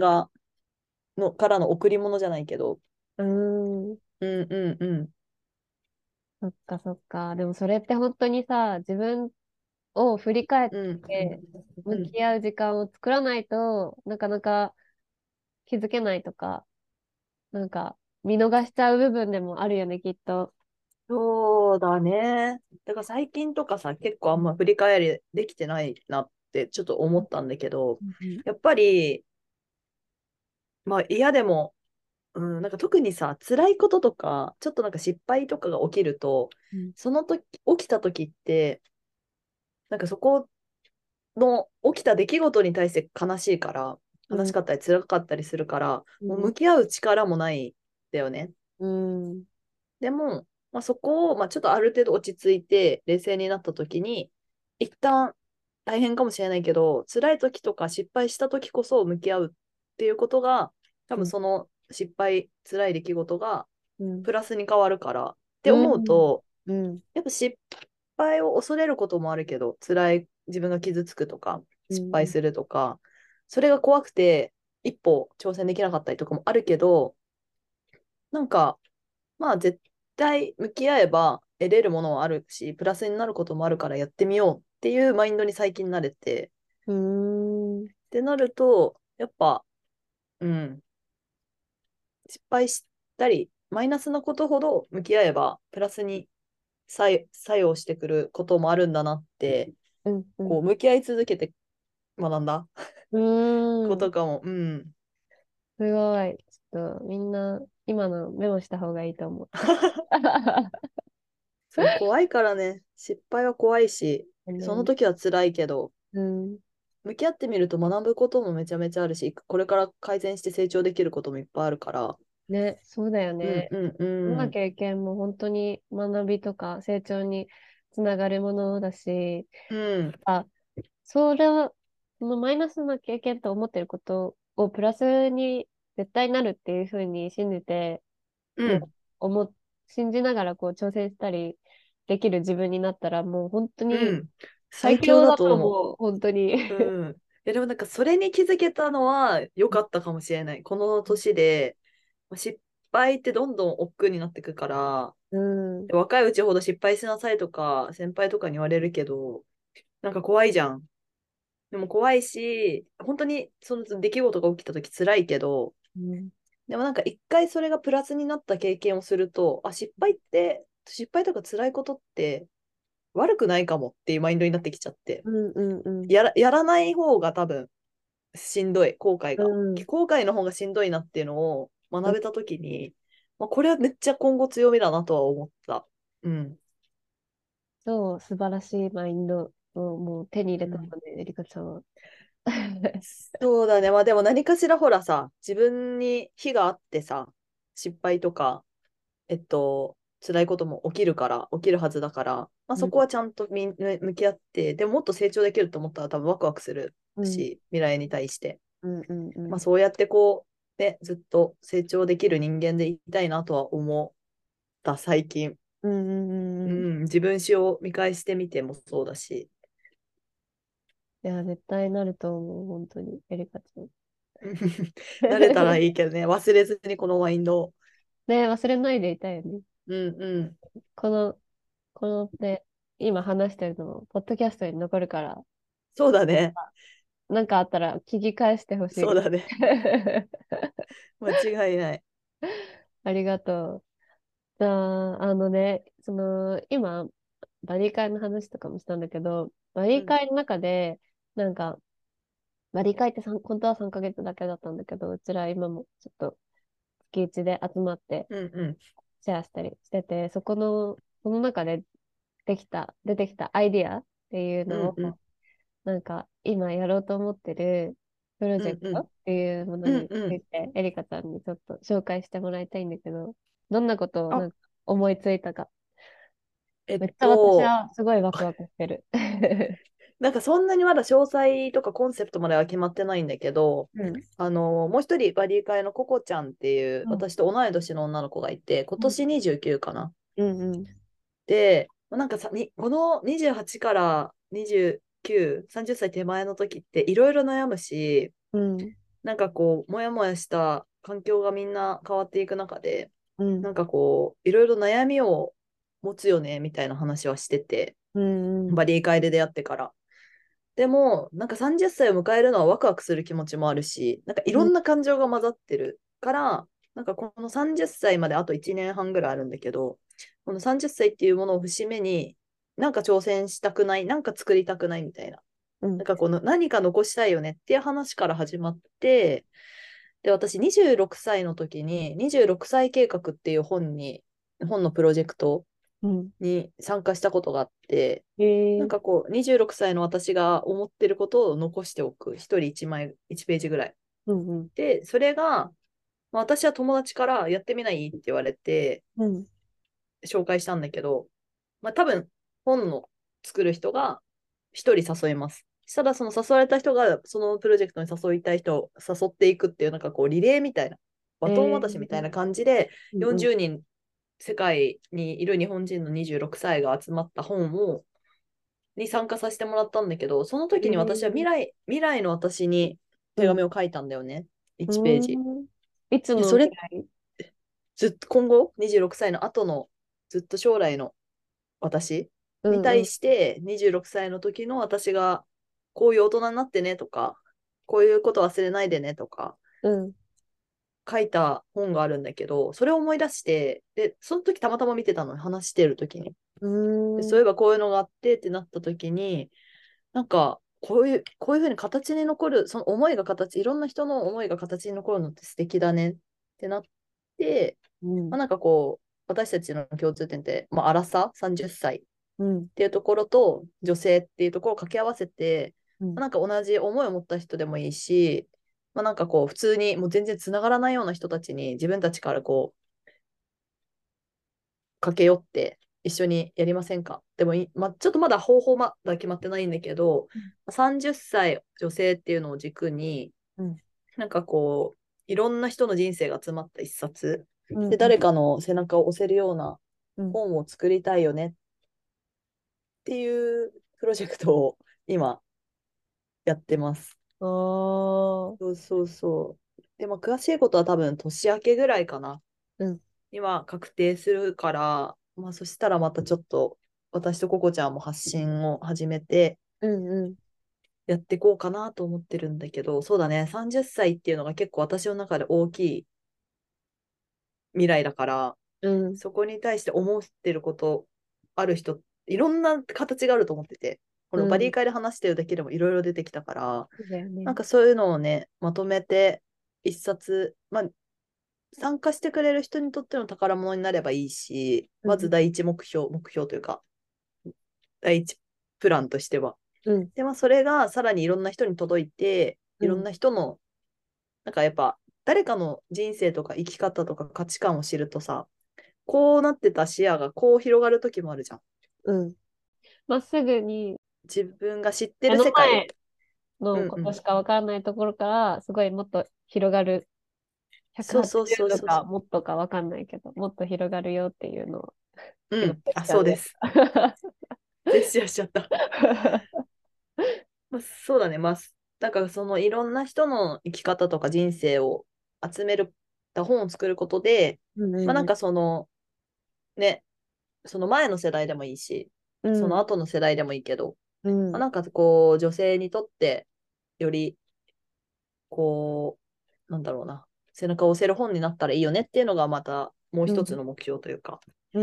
からの贈り物じゃないけど、 うん。 うんうんうん。 そっかそっか。でもそれって本当にさ、自分を振り返っうん、 てうん。 向き合う時間を作らないとなかなか気づけないとか、なんか見逃しちゃう部分でもあるよね、きっと。 そうだね。だから最近とかさ、結構あんま振り返りできてないなってちょっと思ったんだけど、 うんうんやっぱり、まあ嫌でも、なんか特にさ、辛いこととか、ちょっとなんか失敗とかが起きると、 うんその時、起きた時って、なんかそこの起きた出来事に対して悲しいから、 うん悲しかったり辛かったりするから、もううん向き合う力もないんだよね。 うんでも、まあ、そこを、まあ、ちょっとある程度落ち着いて、冷静になった時に、一旦大変かもしれないけど、辛い時とか失敗した時こそ向き合うっていうことが、多うん分その失敗、辛い出来事がうんプラスに変わるからって思ううんと、 うんやっぱ失敗を恐れることもあるけど、辛い自分が傷つくとか、 うん失敗するとか、それが怖くて、一歩挑戦できなかったりとかもあるけど、なんか、まあ絶対向き合えば得れるものはあるし、プラスになることもあるからやってみようっていうマインドに最近慣れて、 うんってなると、やっぱ、うん、失敗したり、マイナスなことほど向き合えば、プラスに作用してくることもあるんだなって、 うんうんこう、向き合い続けて学んだうんことかも、うん。 すごい。ちょっとみんな今のメモした方がいいと思う。 そう、怖いからね、失敗は怖いし、そのね、 時は辛いけど、 うん。 向き合ってみると学ぶこともめちゃめちゃあるし、これから改善して成長できることもいっぱいあるから。 ね、そうだようんね。 うんどんなうん。 経験も本当に学びとか成長につながるものだし、 うん。 あ、それは、そのマイナスな経験と思ってることをプラスに絶対なるっていうふうに信じて、もううん。 信じながらこう挑戦したりできる自分になったらもう本当にうん。最強最強だだと思と思う、本当に。 う。うん。いやでもなんかそれに気づけたのは良かったかもしれない。この年で、失敗ってどんどん億劫になってくから、 うん。 若いうちほど失敗しなさいとか、先輩とかに言われるけど、なんか怖いじゃん。でも怖いし、本当にその出来事が起きた時辛いけど、 うん。 でもなんか一回それがプラスになった経験をすると、あ、失敗とか辛いことって悪くないかもっていうマインドになってきちゃって、 うんうんうん。 やらない方が多分しんどい、後悔うが。 ん。 後悔の方がしんどいなっていうのを学べたときに、まあ、これはめっちゃ今後強みだなとは思った。うん。 そう、素晴らしいマインドをもう手に入れたうんので、エリカちゃんは。 そうだね。まあでも何かしらほらさ、自分に非があってさ、失敗とか、辛いことも起きるから、起きるはずだから、まあうん、 そこはちゃんと向き合って、でももっと成長できると思ったら多分ワクワクするうん、 し、未来に対して。 うん、うん、うん。 まあそうやってこう、ね、ずっと成長できる人間でいたいなとは思った最近。 うん、うん、うんうん。いうん、自分史を見返してみてもそうだし。 や、絶対なると思う、本当に、エリカちゃん。 慣れたらいいけどね、忘れずにこのマインドを。 ね、忘れないでいたいよね。 うんうん。 この、ね、今話してるのも、ポッドキャストに残るから、 そうだね。 なんかあったら聞き返してほしい。 そうだね。間違いない。 ありがとう。じゃあ、あのね、今、バディ会の話とかもしたんだけど、バデうん。 ィ会の中で、なんか、バディ会って本当は3ヶ月だけだったんだけど、うちら今もちょっと月一で集まってうんうん。 シェアしたりしてて、その中で出てきたアイディアっていうのを、 うんうん。 なんか今やろうと思ってるプロうんうん。 ジェクトっていうものにうんうん。 ついて、エリカちゃんにちょっと紹介してもらいたいんだけど、どんなことをあ、 なんか思いついたか。 えっめっちゃ私と、 はすごいワクワクしてる。 なんかそんなにまだ詳細とかコンセプトまでは決まってないんだけど、 うん。 もう一人バディ会のココちゃんっていううん。 私と同い年の女の子がいて、今うん。 年29かな。 うん。うん。 で、なんかこの28から29、30歳手前の時っていろいろ悩むし、 うん。 なんかこう、もやもやした環境がみんな変わっていく中で、 うん。 なんかこう、いろいろ悩みを持つよねみたいな話はしてて、 うんうん。 バリエで出会ってから。でも、なんか30歳を迎えるのはワクワクする気持ちもあるし、なんかいろんな感情が混ざってるから、なんかこの30歳まであと1年半ぐらいあるんだけど、この30歳っていうものを節目に、なんか挑戦したくない、なんか作りたくないみたいな。 うん。 なんかこの何か残したいよねっていう話から始まって、で、私26歳の時に26歳計画っていう本のプロジェクトうん。 に参加したことがあって、 へえ。 なんかこう、26歳の私が思ってることを残しておく。一人一枚、1ページぐらい。 うんうん。 で、それが、まあ私は友達からやってみないって言われて、 うん。 紹介したんだけど、まあ多分、本の作る人が一人誘います。したら、その誘われた人が、そのプロジェクトに誘いたい人を誘っていくっていう、なんかこう、リレーみたいな、バトンへえ。 渡しみたいな感じで、 うんうん。 40人、世界にいる日本人の26歳が集まった本に参加させてもらったんだけど、そのへ時に私はえ。 未来の私に手うん。 紙を書いたんだよね。 う 1ページ。 ーん。いつで、 のそれ未来？ ずっと今後26歳の後のずっと将来の私に対うんうん。 して26歳の時の私がこういう大人になってねとか、こういうこと忘れないでねとかうん。 書いた本があるんだけど、それを思い出して、で、その時たまたま見てたの、話してる時に。 うで、 ーん。 そういえばこういうのがあってってなった時に、なんか、こういうふうに形に残る、その思いがいろんな人の思いが形に残るのって素敵だねってなって、 うん。 まあ、なんかこう、私たちの共通点って、まあ、荒さ、30歳っうん。 ていうところと、女性っていうところを掛け合わせて、 うん。 まあ、なんか同じ思いを持った人でもいいし、まあ、なんかこう、普通にもう全然つながらないような人たちに自分たちからこう、駆け寄って一緒にやりませんかでもまあ、ちょっとまだ方法まだ決まってないんだけど、30歳女性っていうのを軸に、 うん。 なんかこう、いろんな人の人生が詰まった一冊で、 うん。 誰かの背中を押せるようなうん。 本を作りたいよねっていうプロジェクトを今やってます。 ああ。 そうそうそう。で、まあ、詳しいことは多分年明けぐらいかな。 うん。 には確定するから、まあ、そしたらまたちょっと私とココちゃんも発信を始めてうんうん。 やっていこうかなと思ってるんだけど、そうだね、30歳っていうのが結構私の中で大きい未来だから、 うん。 そこに対して思ってることある人、いろんな形があると思ってて、こうのバリん。 ー会で話してるだけでもいろいろ出てきたから、 そうだよね。 なんかそういうのをね、まとめて一冊、まあ、参加してくれる人にとっての宝物になればいいし、 うん。 まず第一目標というか、第一プランとしては。 うん。 で、まあ、それがさらにいろんな人に届いて、いろんうん。 な人の、なんかやっぱ、誰かの人生とか生き方とか価値観を知るとさ、こうなってた視野がこう広がる時もあるじゃん。 うん。まっすぐに自分が知って目る世界。 の前のことうんうん。 しかわからないところから、すごいもっと広がる。 そうそう 180 そうそうそ度かもっとかわかんないけど、もっと広がるよっていうのをう。う今ん。あ、 ジェスチャーで。 そうです。ジェスチャーしちゃった。まあ、そうだね。まあ、だからそのいろんな人の生き方とか人生を集めた本を作ることで、 うんうんまあなんかそのね、その前の世代でもいいし、 うん。 その後の世代でもいいけど、まあ、 うん。 なんかこう女性にとってよりこなんだろうな、背中を押せる本になったらいいよねっていうのがまたもううん。 一つの目標というか。 うん。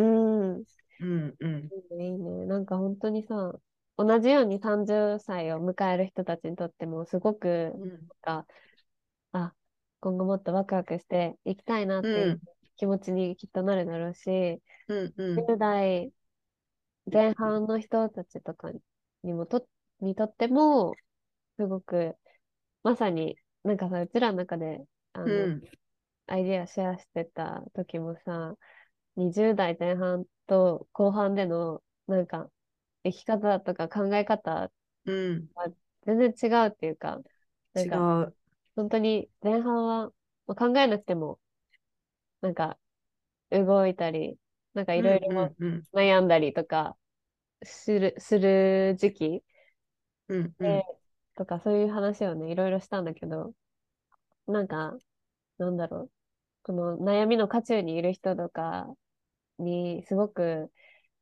うん。 うんうん。 いいね、いいね。なんか本当にさ、同じように30歳を迎える人たちにとっても、すごく、 うん。 なんか、あ、今後もっとワクワクしていきたいなっていううん。 気持ちにきっとなるだろうし、 うんうん。 10代前半の人たちとかにとっても、すごく、まさに、なんかさ、うちらの中で、 うん。 アイディアシェアしてた時もさ、20代前半と後半での、なんか、生き方とか考え方うん。 は全然違うっていうか、なん違か、 う。 本当に前半は、まあ考えなくても、なんか、動いたり、なんかいうんろいろうんうん。 悩んだりとかする時期で、 うんうん。 とかそういう話をね、いろいろしたんだけど、なんか、なんだろう、この悩みの渦中にいる人とかに、すごく、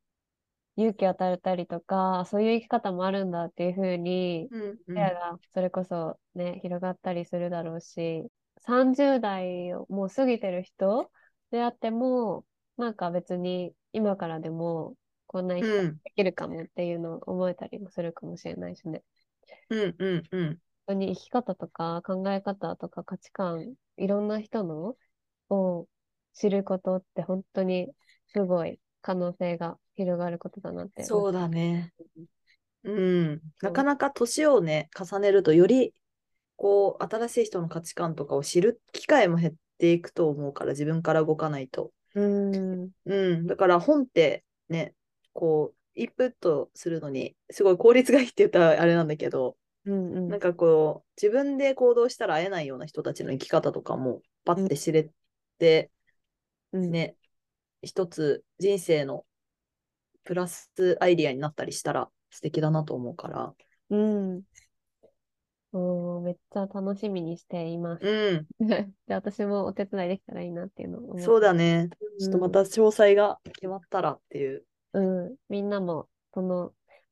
勇気を与えたりとか、そういう生き方もあるんだっていうふうに、 うんうん。 視野がそれこそね、広がったりするだろうし、30代をもう過ぎてる人であっても、なんか別に今からでもこんな生き方うんできるかもっていうのを思えたりもするかもしれないしね。 うんうんうん。 本当に生き方とか考え方とか価値観、いろんな人のを知ることって本当にすごい可能性が広がることだなって思そうだね。 う。 うん。なかそなか年をね、重ねると、より、こう、新しい人の価値観とかを知る機会も減っていくと思うから、自分から動かないと。 う。うん。 うん。だから本ってね、こう、インプットするのに、すごい効率がいいって言ったらあれなんだけど、 うんうん。 なんかこう、自分で行動したら会えないような人たちの生き方とかも、パッうんて知れて、 うん。 ね、一つ人生のプラスアイディアになったりしたら素敵だなと思うから。 うん。めっちゃ楽しみにしています。 うん。 で、私もお手伝いできたらいいなっていうのを思っそうて。 だね。ちょっとうん。 また詳細が決まったらっていう。 うん。みんなも、その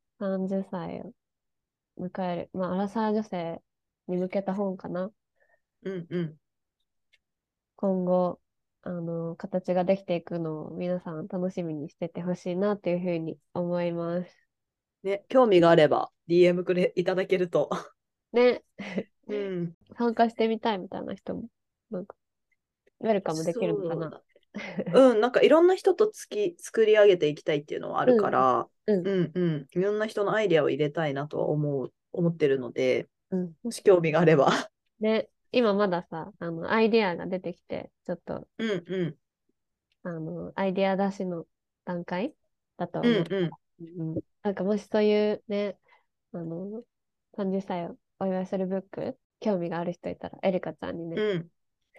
30歳を迎える、まあ、アラサー女性に向けた本かな。 うんうん。 今後、形ができていくのを皆さん楽しみにしててほしいなっていうふうに思います。 ね、興味があれば DM いただけると。 ね。 うん。 参加してみたいみたいな人も、なんか、ウェルカムできるのかな。 そうだ。うん、なんかいろんな人と作り上げていきたいっていうのはあるうん、 から、 うん、 うんうん。いろんな人のアイデアを入れたいなとは思ってるので、 うん。 もし興味があれば。 で、今まださ、アイディアが出てきて、ちょっと、 うんうん。 アイディア出しの段階だと思う。 うんうん。 うん、なんかもしそういうね、あの、30歳をお祝いするブック、興味がある人いたら、エリカちゃんにね、 うん。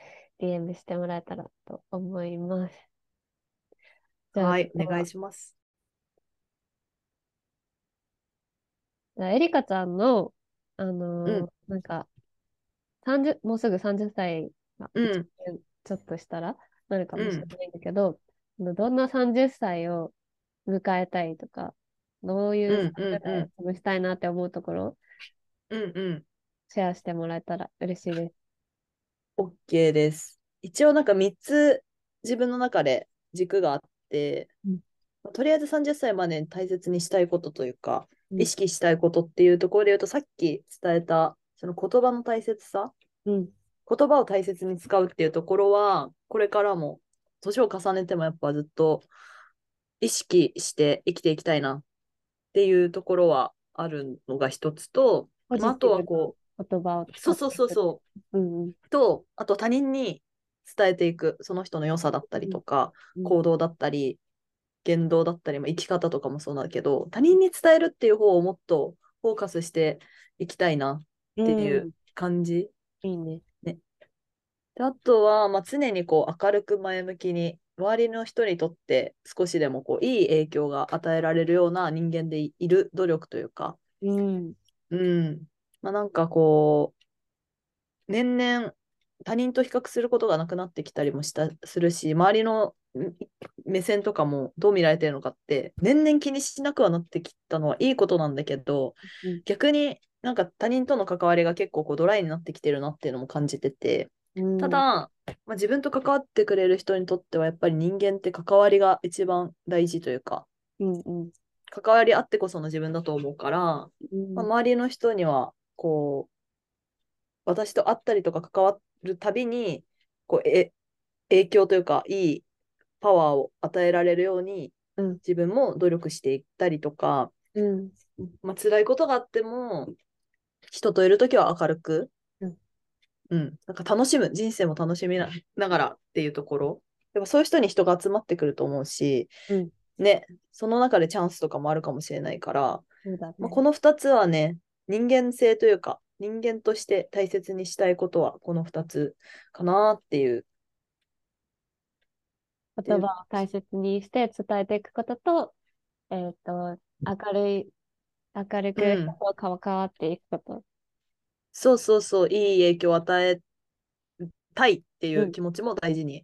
DM してもらえたらと思います。じゃあ、 はい、お願い今日は、 します。 じゃあエリカちゃんの、 うん、 なんか、30、もうすぐ30歳が1 うん、 年ちょっとしたらなるかうん、 もしれないんだけど、どんな30歳を迎えたいとか、どういううん、うん、う 30代をん、 過ごしたいなって思うところ、 うん、うん。 シェアしてもらえたら嬉しいです。 OK です。一応なんか3つ自分の中で軸があって、 うん、 とりあえず30歳までに大切にしたいことというか、 うん、 意識したいことっていうところで言うと、さっき伝えた、その言葉の大切さ、 うん、 言葉を大切に使うっていうところは、これからも、年を重ねてもやっぱずっと意識して生きていきたいなっていうところはあるのが一つと、 ポまあ、あとジティブはこな言葉をう、そうそう使っていく。 そうそうん、うん、 う、と、あと他人に伝えていく、その人の良さだったりとか、 うん、 行動だったり、言動だったり、まあ、生き方とかもそうだけど、他人に伝えるっていう方をもっとフォーカスしていきたいなっうていうん、 感じ。 いいね。 ね。で、あとは、まあ、常にこう明るく前向きに、周りの人にとって少しでもこういい影響が与えられるような人間でいる努力というか、 うん、 うん。まあ、なんかこう、年々他人と比較することがなくなってきたりもするし、周りの目線とかもどう見られてるのかって、年々気にしなくはなってきたのはいいことなんだけど、 うん、 逆になんか他人との関わりが結構こうドライになってきてるなっていうのも感じてて、 うん、 ただ、まあ、自分と関わってくれる人にとってはやっぱり人間って関わりが一番大事というか、 うん、うん、 関わりあってこその自分だと思うから、まあ、 うん、 周りの人にはこう私と会ったりとか関わるたびにこう影響というかいいパワーを与えられるようにうん、 自分も努力していったりとか、 うん、 まあ辛いことがあっても人といるときは明るく、 うん、 うん、なんか楽しむ人生も楽しみながらっていうところ、でもそういう人に人が集まってくると思うし、 うん、 ね、その中でチャンスとかもあるかもしれないから、まあ、 そうだね。 この2つはね、人間性というか、人間として大切にしたいことはこの2つかなっていう。っていう言葉を大切にして伝えていくことと、明るい、明るく人うん。 と関わっていくこと。 そうそうそう、いい影響を与えたいっていうん、 う気持ちも大事に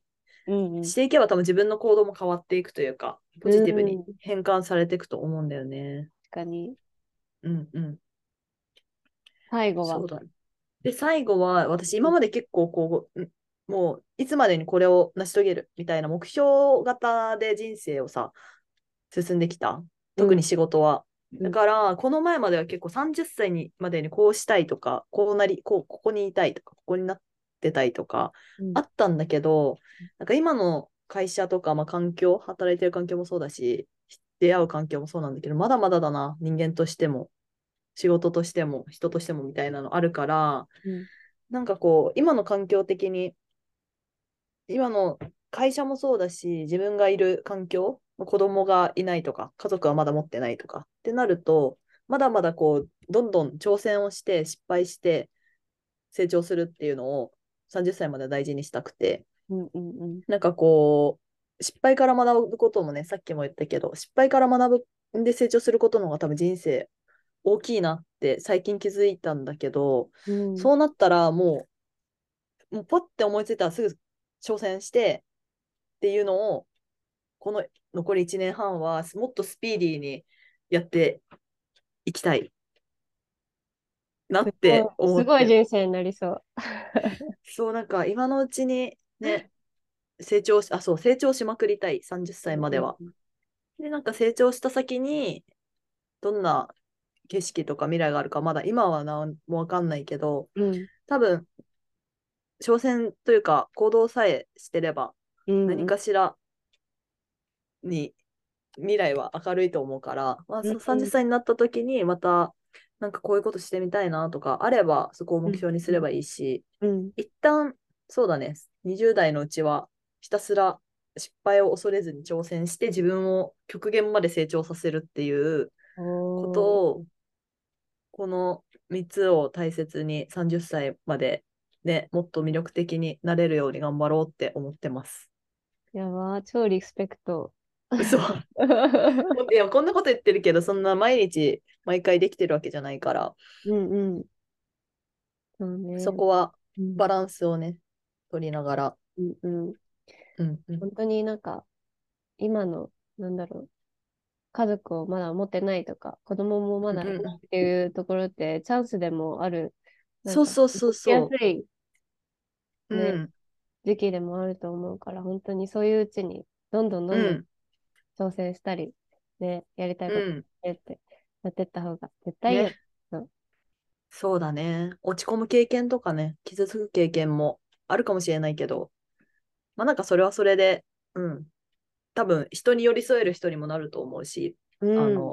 うんうん。 していけば多分自分の行動も変わっていくというか、ポジティブにうん。確変換されていくと思うんだよね。 かに。 うんうん。 最後は。 そうだね。で、最後は、私今まで結構もういつまでにこれを成し遂げるみたいな目標型で人生をさ、進んできた。 うん。 特に仕事は。 うん。 だから、この前までは結構30歳までにこうしたいとか、ここにいたいとか、ここになってたいとか、 うん。 あったんだけど、なんか今の会社とか、まあ、働いてる環境もそうだし、出会う環境もそうなんだけど、まだまだだな、人間としても、仕事としても、人としてもみたいなのあるから、 うん。 なんかこう、今の環境的に、今の会社もそうだし、自分がいる環境、子供がいないとか、家族はまだ持ってないとかってなると、まだまだこう、どんどん挑戦をして、失敗して、成長するっていうのを30歳まで大事にしたくて、 うん。うん。うん。 なんかこう、失敗から学ぶこともね、さっきも言ったけど、失敗から学ぶんで成長することの方が多分人生大きいなって最近気づいたんだけど、 うん。 そうなったらもうパッて思いついたらすぐ挑戦してっていうのを、この残り1年半はもっとスピーディーにやっていきたいなっすごい、 て思すごいってる。 人生になりそう。 そう、なんか今のうちにね、そう、成長しまくりたい、30歳までは。 うん。 で、なんか成長した先に、どんな景色とか未来があるか、まだ今は何もわかんないけど、 うん。 多分、挑戦というか、行動さえしてれば、何うん。うん。 かしらに未来は明るいと思うから、まあ、 うん。 そう30歳になった時にまたなんかこういうことしてみたいなとかあればそこをうん。 目標にすればいいし、 うん。 一旦そうだね、20代のうちはひたすら失敗を恐れずに挑戦して自分を極限まで成長させるっていうこおー。 とを、この3つを大切に30歳までね、もっと魅力的になれるように頑張ろうって思ってます。 やばー、超リスペクト。 嘘。いや、こんなこと言ってるけど、そんな毎日、毎回できてるわけじゃないから、 うんうん。そうね。 そこはうん。 バランスをね、取りながら。 うんうん。 うんうん。 本当になんか、今の、なんだろう、家族をまだ持ってないとか、子供もまだいないうんうん。 っていうところってチャンスでもある、なんか、 そうそうそうしやすそいう。うね、 ん。 時期でもあると思うから、本当にそういううちに、どんどんどんどんうん。 挑戦したり、ね、やりたいことうん。 やって、やってった方が絶対いいよ。 ね。そうだね。落ち込む経験とかね、傷つく経験もあるかもしれないけど、まあなんかそれはそれで、うん。多分人に寄り添える人にもなると思うし、 うん。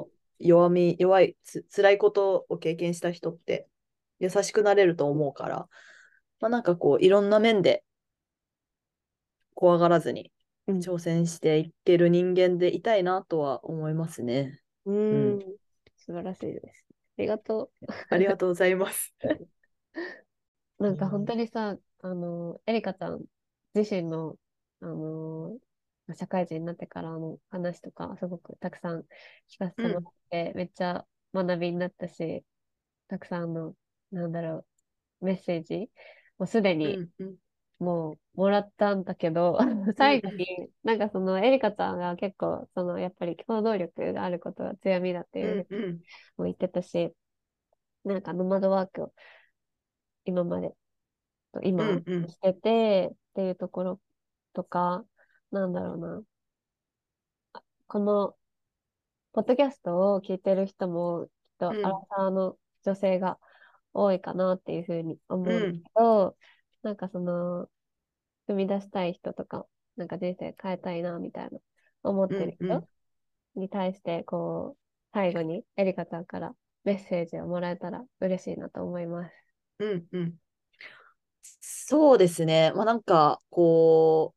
あの、弱い、辛いことを経験した人って優しくなれると思うから、まあなんかこう、いろんな面で怖がらずにうん。 挑戦していける人間でいたいなとは思いますね。 ううん。 ん。素晴らしいです。ありがとありがとうございます。 う。なんか本うん。 当にさ、エリカちゃん自身の、あの、社会人になってからの話とか、すごくたくさん聞かせてもらうん。 って、めっちゃ学びになったし、たくさんの、なんだろメッセージ、もうすでにうん。うん。 もうもらったんだけど、 うん。 最後に、なんかそのエリカちゃんが結構、そのやっぱり行動力があることが強みだっていうふうにうん。うん。 も言ってたし、なんかノマドワークを今までと今うん。うん。 しててっていうところとか、なんだろうな。このポッドキャストを聞いてる人もきっとアラうん。 サーの女性が多いかなっていうふうに思うんだけうん。 ど、なんかその踏み出したい人とか、なんか人生変えたいなみたいな思っうん。 てる人に対して、こう、最後にエリカちゃんからメッセージをもらえたら嬉しいなと思います。 うん。うん。そうですね。まあなんか、こ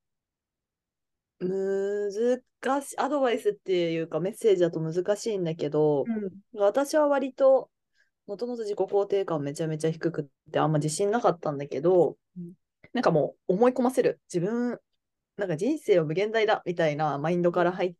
難しい、アドバイスっていうかメッセージだと難しいんだけど、 うん。 私は割と、もともと自己肯定感めちゃめちゃ低くってあんま自信なかったんだけど、 うん。 なんかもう思い込ませる。なんか人生は無限大だみたいなマインドから入って、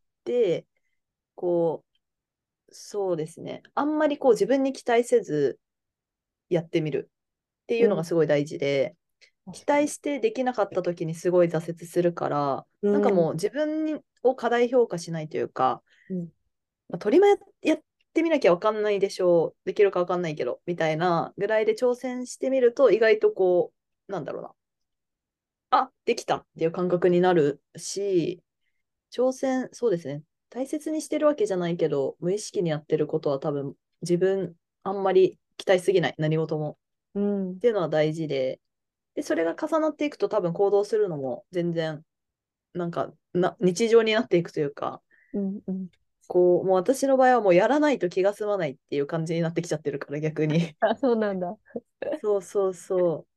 こそうですね。あんまりこう自分に期待せずやってみるっていうのがうん。 すごい大事で、 期確かに。 待してできなかった時にすごい挫折するから、 うん。 なんかもう自分を過大評価しないというか、 うん。 まあ、トリマやってみなきゃわかんないでしょう、できるかわかんないけど、みたいなぐらいで挑戦してみると、意外とこう、なんだろうな、あ、できたっていう感覚になるし、挑戦、そうですね、大切にしてるわけじゃないけど、無意識にやってることは多分、自分、あんまり期待しすぎない、何事も。 うん。 っていうのは大事で、で、それが重なっていくと多分行動するのも全然、日常になっていくというか、 うん。うん。 こう、もう私の場合はもうやらないと気が済まないっていう感じになってきちゃってるから、逆に。 あ、そうなんだ。 そうそうそう。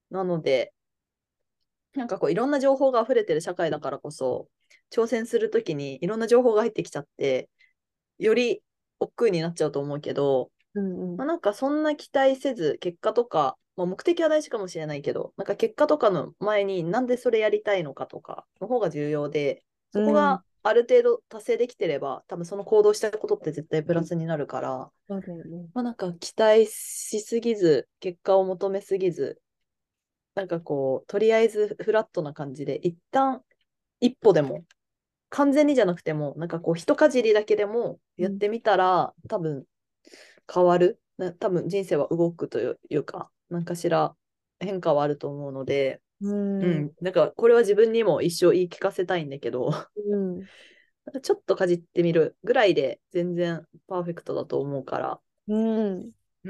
なので、なんかこう、いろんな情報が溢れてる社会だからこそ、挑戦するときにいろんな情報が入ってきちゃって、より億劫になっちゃうと思うけど、 うんうん。 まあ、なんかそんな期待せず、結果とか、まあ、目的は大事かもしれないけど、なんか結果とかの前になんでそれやりたいのかとかの方が重要で、 うそこん。 がある程度達成できてれば、多分その行動したことって絶対プラスになるから、 そうだよね。 まあ、なんか期待しすぎず、結果を求めすぎず、なんかこう、とりあえずフラットな感じで、一旦一歩でも、完全にじゃなくても、なんかこう、一かじりだけでもうん。 やってみたら、多分変わる。多分人生は動くというか、何かしら変化はあると思うので、 うん。 うん、なんかこれは自分にも一生言い聞かせたいんだけど、 うん。 なんかちょっとかじってみるぐらいで全然パーフェクトだと思うから、 うん。 うん、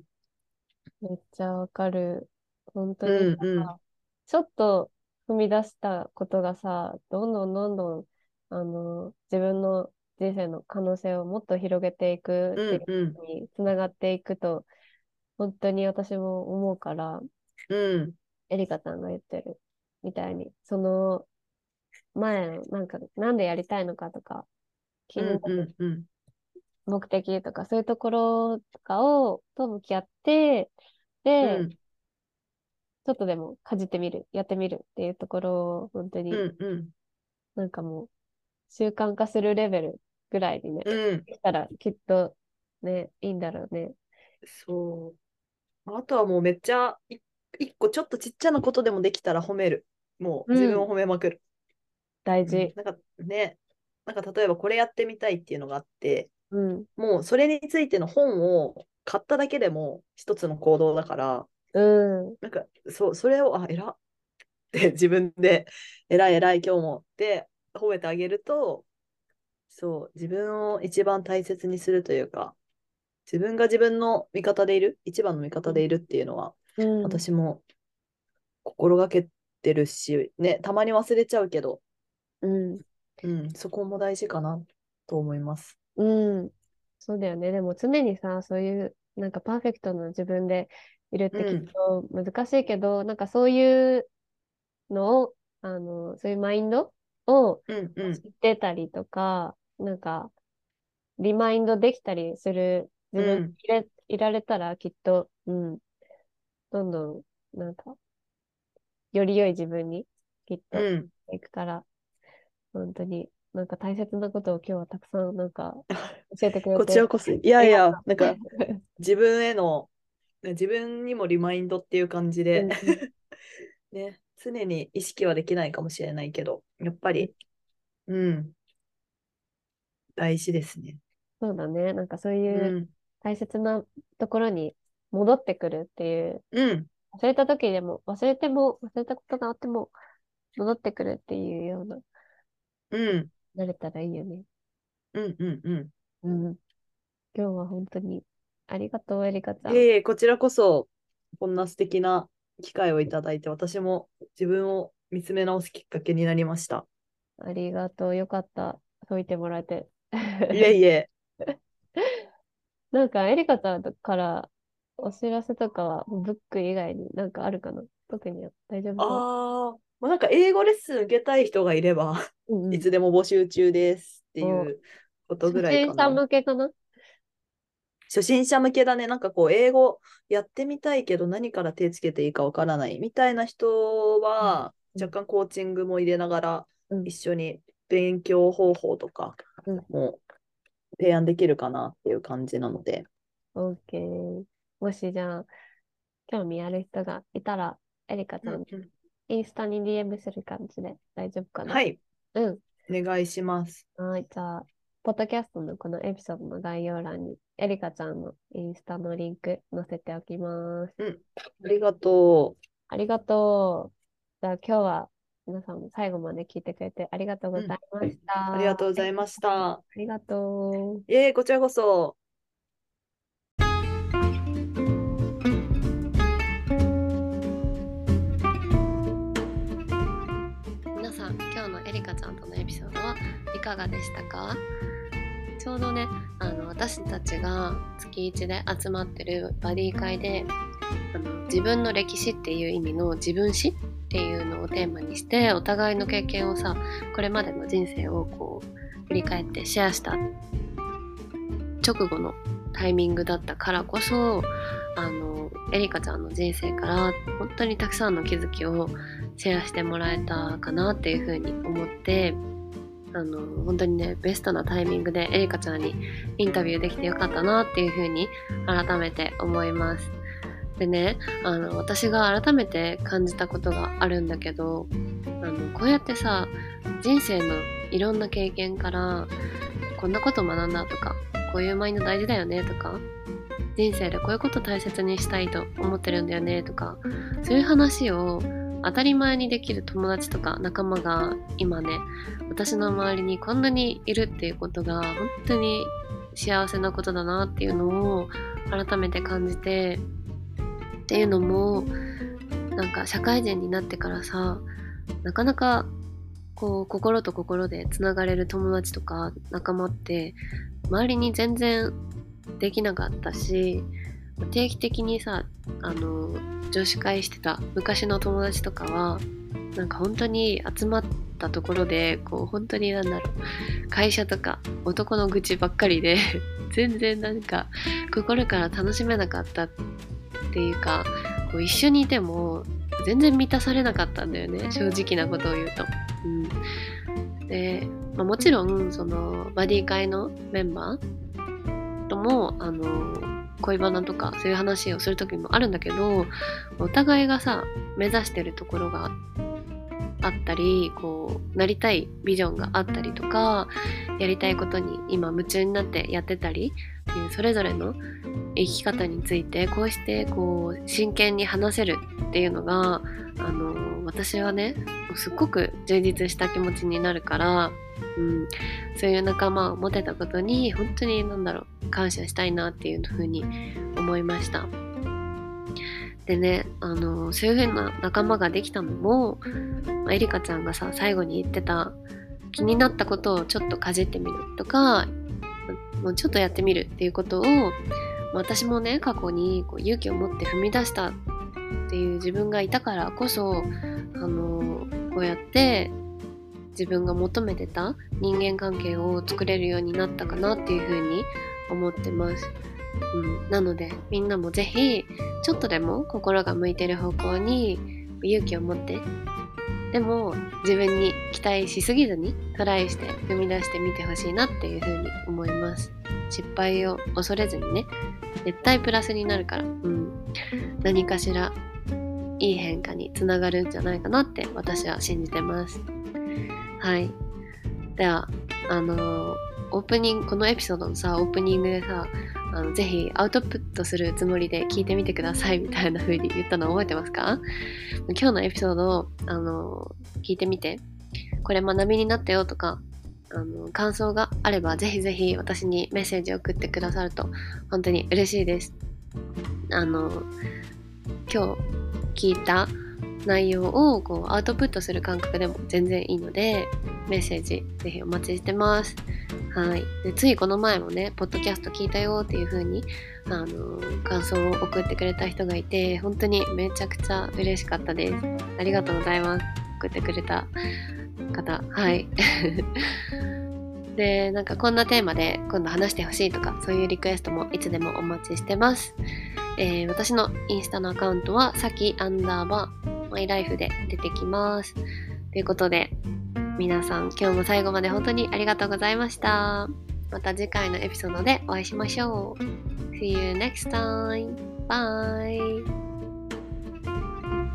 めっちゃわかる。本当うにさ、 ん、うん、 ちょっと踏み出したことがさ、どんどんどんどん、自分の人生の可能性をもっと広げていくっていうん、うん、 うことにつながっていくと、本当に私も思うから、 うん、 エリカさんが言ってるみたいに、その前の、なんか、なんでやりたいのかとか、気うん、 になるうん、うん、 目的とか、そういうところとかと向き合って、で、 うん、 ちょっとでもかじってみる、やってみるっていうところを、本当にうん、うん、 なんかもう、習慣化するレベルぐらいにね、 うん、 したらきっとね、いいんだろうね。 そう。あとはもうめっちゃ一個ちょっとちっちゃなことでもできたら褒める。もううん、 自分を褒めまくる。うん、 大事。 なんかね、なんか例えばこれやってみたいっていうのがあって、 うん、 もうそれについての本を買っただけでも一つの行動だから、 うん、 なんかそれを、偉って自分で、偉い偉い今日もって褒めてあげると、そう、自分を一番大切にするというか、自分が自分の味方でいる、一番の味方でいるっていうのは、 うん、 私も心がけてるし、ね、たまに忘れちゃうけど、 うん、 うん、そこも大事かなと思います。 うん。そうだよね。でも常にさ、そういう、なんかパーフェクトな自分でいるってきっうん、 と難しいけど、なんかそういうのを、そういうマインドをうん、うん、 知ってたりとか、なんか、リマインドできたりする自分うん、 いられたらきっと、うん、どんどん、なんか、より良い自分にきっとうん。 いくから、本当に、なんか大切なことを今日はたくさんなんか教えてくれこちらて、 こそ、いやいや、 ありがとなんかう。 自分への、自分にもリマインドっていう感じでうんうん。 ね、常に意識はできないかもしれないけど、やっぱり、うん、大事ですね。 そうだね。なんかそういううん、 大切なところに戻ってくるっていう、 うん、 忘れた時でも、忘れたことがあっても戻ってくるっていうような、 うん、 なれたらいいよね。 うん、うん、うん。 うん。今日は本当にありがとう、エリカちゃん。 いえいえ、こちらこそ、こんな素敵な機会をいただいて、私も自分を見つめ直すきっかけになりました。 ありがとう。よかった。そう言ってもらえて。 いえいえ、 なんか、エリカちゃんからお知らせとかは、ブック以外になんかあるかな？特に大丈夫そう？ なんか英語レッスン受けたい人がいれば、 うんうん。 いつでも募集中ですってお、 いうことぐ初心者らいかな。 向けかな？ 初心者向けだね。なんかこう、英語やってみたいけど何から手つけていいかわからないみたいな人うんは、 うん若干コーチングも入れながら、 うん一緒に勉強方法とかうん。 も提案できるかなっていう感じなので。 オッケー。もしじゃあ、興味ある人がいたら、 エリカちゃん、 うん。 インスタに DM する感じで大丈夫かな？ はい。 うん。 お願いします。 はい。じゃあ、ポッドキャストのこのエピソードの概要欄に、エリカちゃんのインスタのリンク載せておきます。 うん。ありがとありがとう。じゃあ今日は皆さんも最後まで聞いてくれてありがとうう。うん。 ございましありがた。 とうございました。 ありがとう。 こちらこそ。 皆さん、今日のエリカちゃんとのエピソードはいかがでしたか？ちょうどね、私たちが月1で集まってるバディ会で、自分の歴史っていう意味の自分史っていうのをテーマにして、お互いの経験をさ、これまでの人生をこう振り返ってシェアした直後のタイミングだったからこそ、エリカちゃんの人生から本当にたくさんの気づきをシェアしてもらえたかなっていうふうに思って、本当にね、ベストなタイミングでエリカちゃんにインタビューできてよかったなっていうふうに改めて思います。でね、私が改めて感じたことがあるんだけど、こうやってさ、人生のいろんな経験からこんなこと学んだとか、こういうマインド大事だよねとか、人生でこういうこと大切にしたいと思ってるんだよねとか、そういう話を当たり前にできる友達とか仲間が今ね、私の周りにこんなにいるっていうことが本当に幸せなことだなっていうのを改めて感じて、っていうのもなんか社会人になってからさ、なかなかこう心と心でつながれる友達とか仲間って周りに全然できなかったし、定期的にさ、女子会してた昔の友達とかはなんか本当に集まったところでこう本当に会社とか男の愚痴ばっかりで全然なんか心から楽しめなかったっていうか、こう一緒にいても全然満たされなかったんだよね、正直なことを言うと。で、もちろんそのバディ会のメンバーとも恋バナとかそういう話をする時もあるんだけど、お互いがさ目指してるところがあったり、こうなりたいビジョンがあったりとか、やりたいことに今夢中になってやってたりっていうそれぞれの生き方についてこうしてこう真剣に話せるっていうのが私はねすっごく充実した気持ちになるから、そういう仲間を持てたことに本当に感謝したいなっていうふうに思いました。でね、そういう風な仲間ができたのも、エリカちゃんがさ最後に言ってた気になったことをちょっとかじってみるとか、もうちょっとやってみるっていうことを、私もね過去にこう勇気を持って踏み出したっていう自分がいたからこそ、こうやって自分が求めてた人間関係を作れるようになったかなっていうふうに思ってます。なのでみんなもぜひちょっとでも心が向いてる方向に勇気を持って、でも自分に期待しすぎずにトライして踏み出してみてほしいなっていうふうに思います。失敗を恐れずにね、絶対プラスになるから、何かしらいい変化につながるんじゃないかなって私は信じてます。はい。ではオープニング、このエピソードのさオープニングでさ、ぜひアウトプットするつもりで聞いてみてくださいみたいな風に言ったの覚えてますか？今日のエピソードを聞いてみて、これ学びになったよとか感想があればぜひぜひ私にメッセージを送ってくださると本当に嬉しいです。今日聞いた内容をこうアウトプットする感覚でも全然いいので、メッセージぜひお待ちしてます。はい。でついこの前もね、ポッドキャスト聞いたよっていう風に感想を送ってくれた人がいて、本当にめちゃくちゃ嬉しかったです。ありがとうございます。送ってくれた方。はい。で、なんかこんなテーマで今度話してほしいとか、そういうリクエストもいつでもお待ちしてます。私のインスタのアカウントはさき_マイライフで出てきます。ということで、皆さん今日も最後まで本当にありがとうございました。また次回のエピソードでお会いしましょう。See you next time. Bye.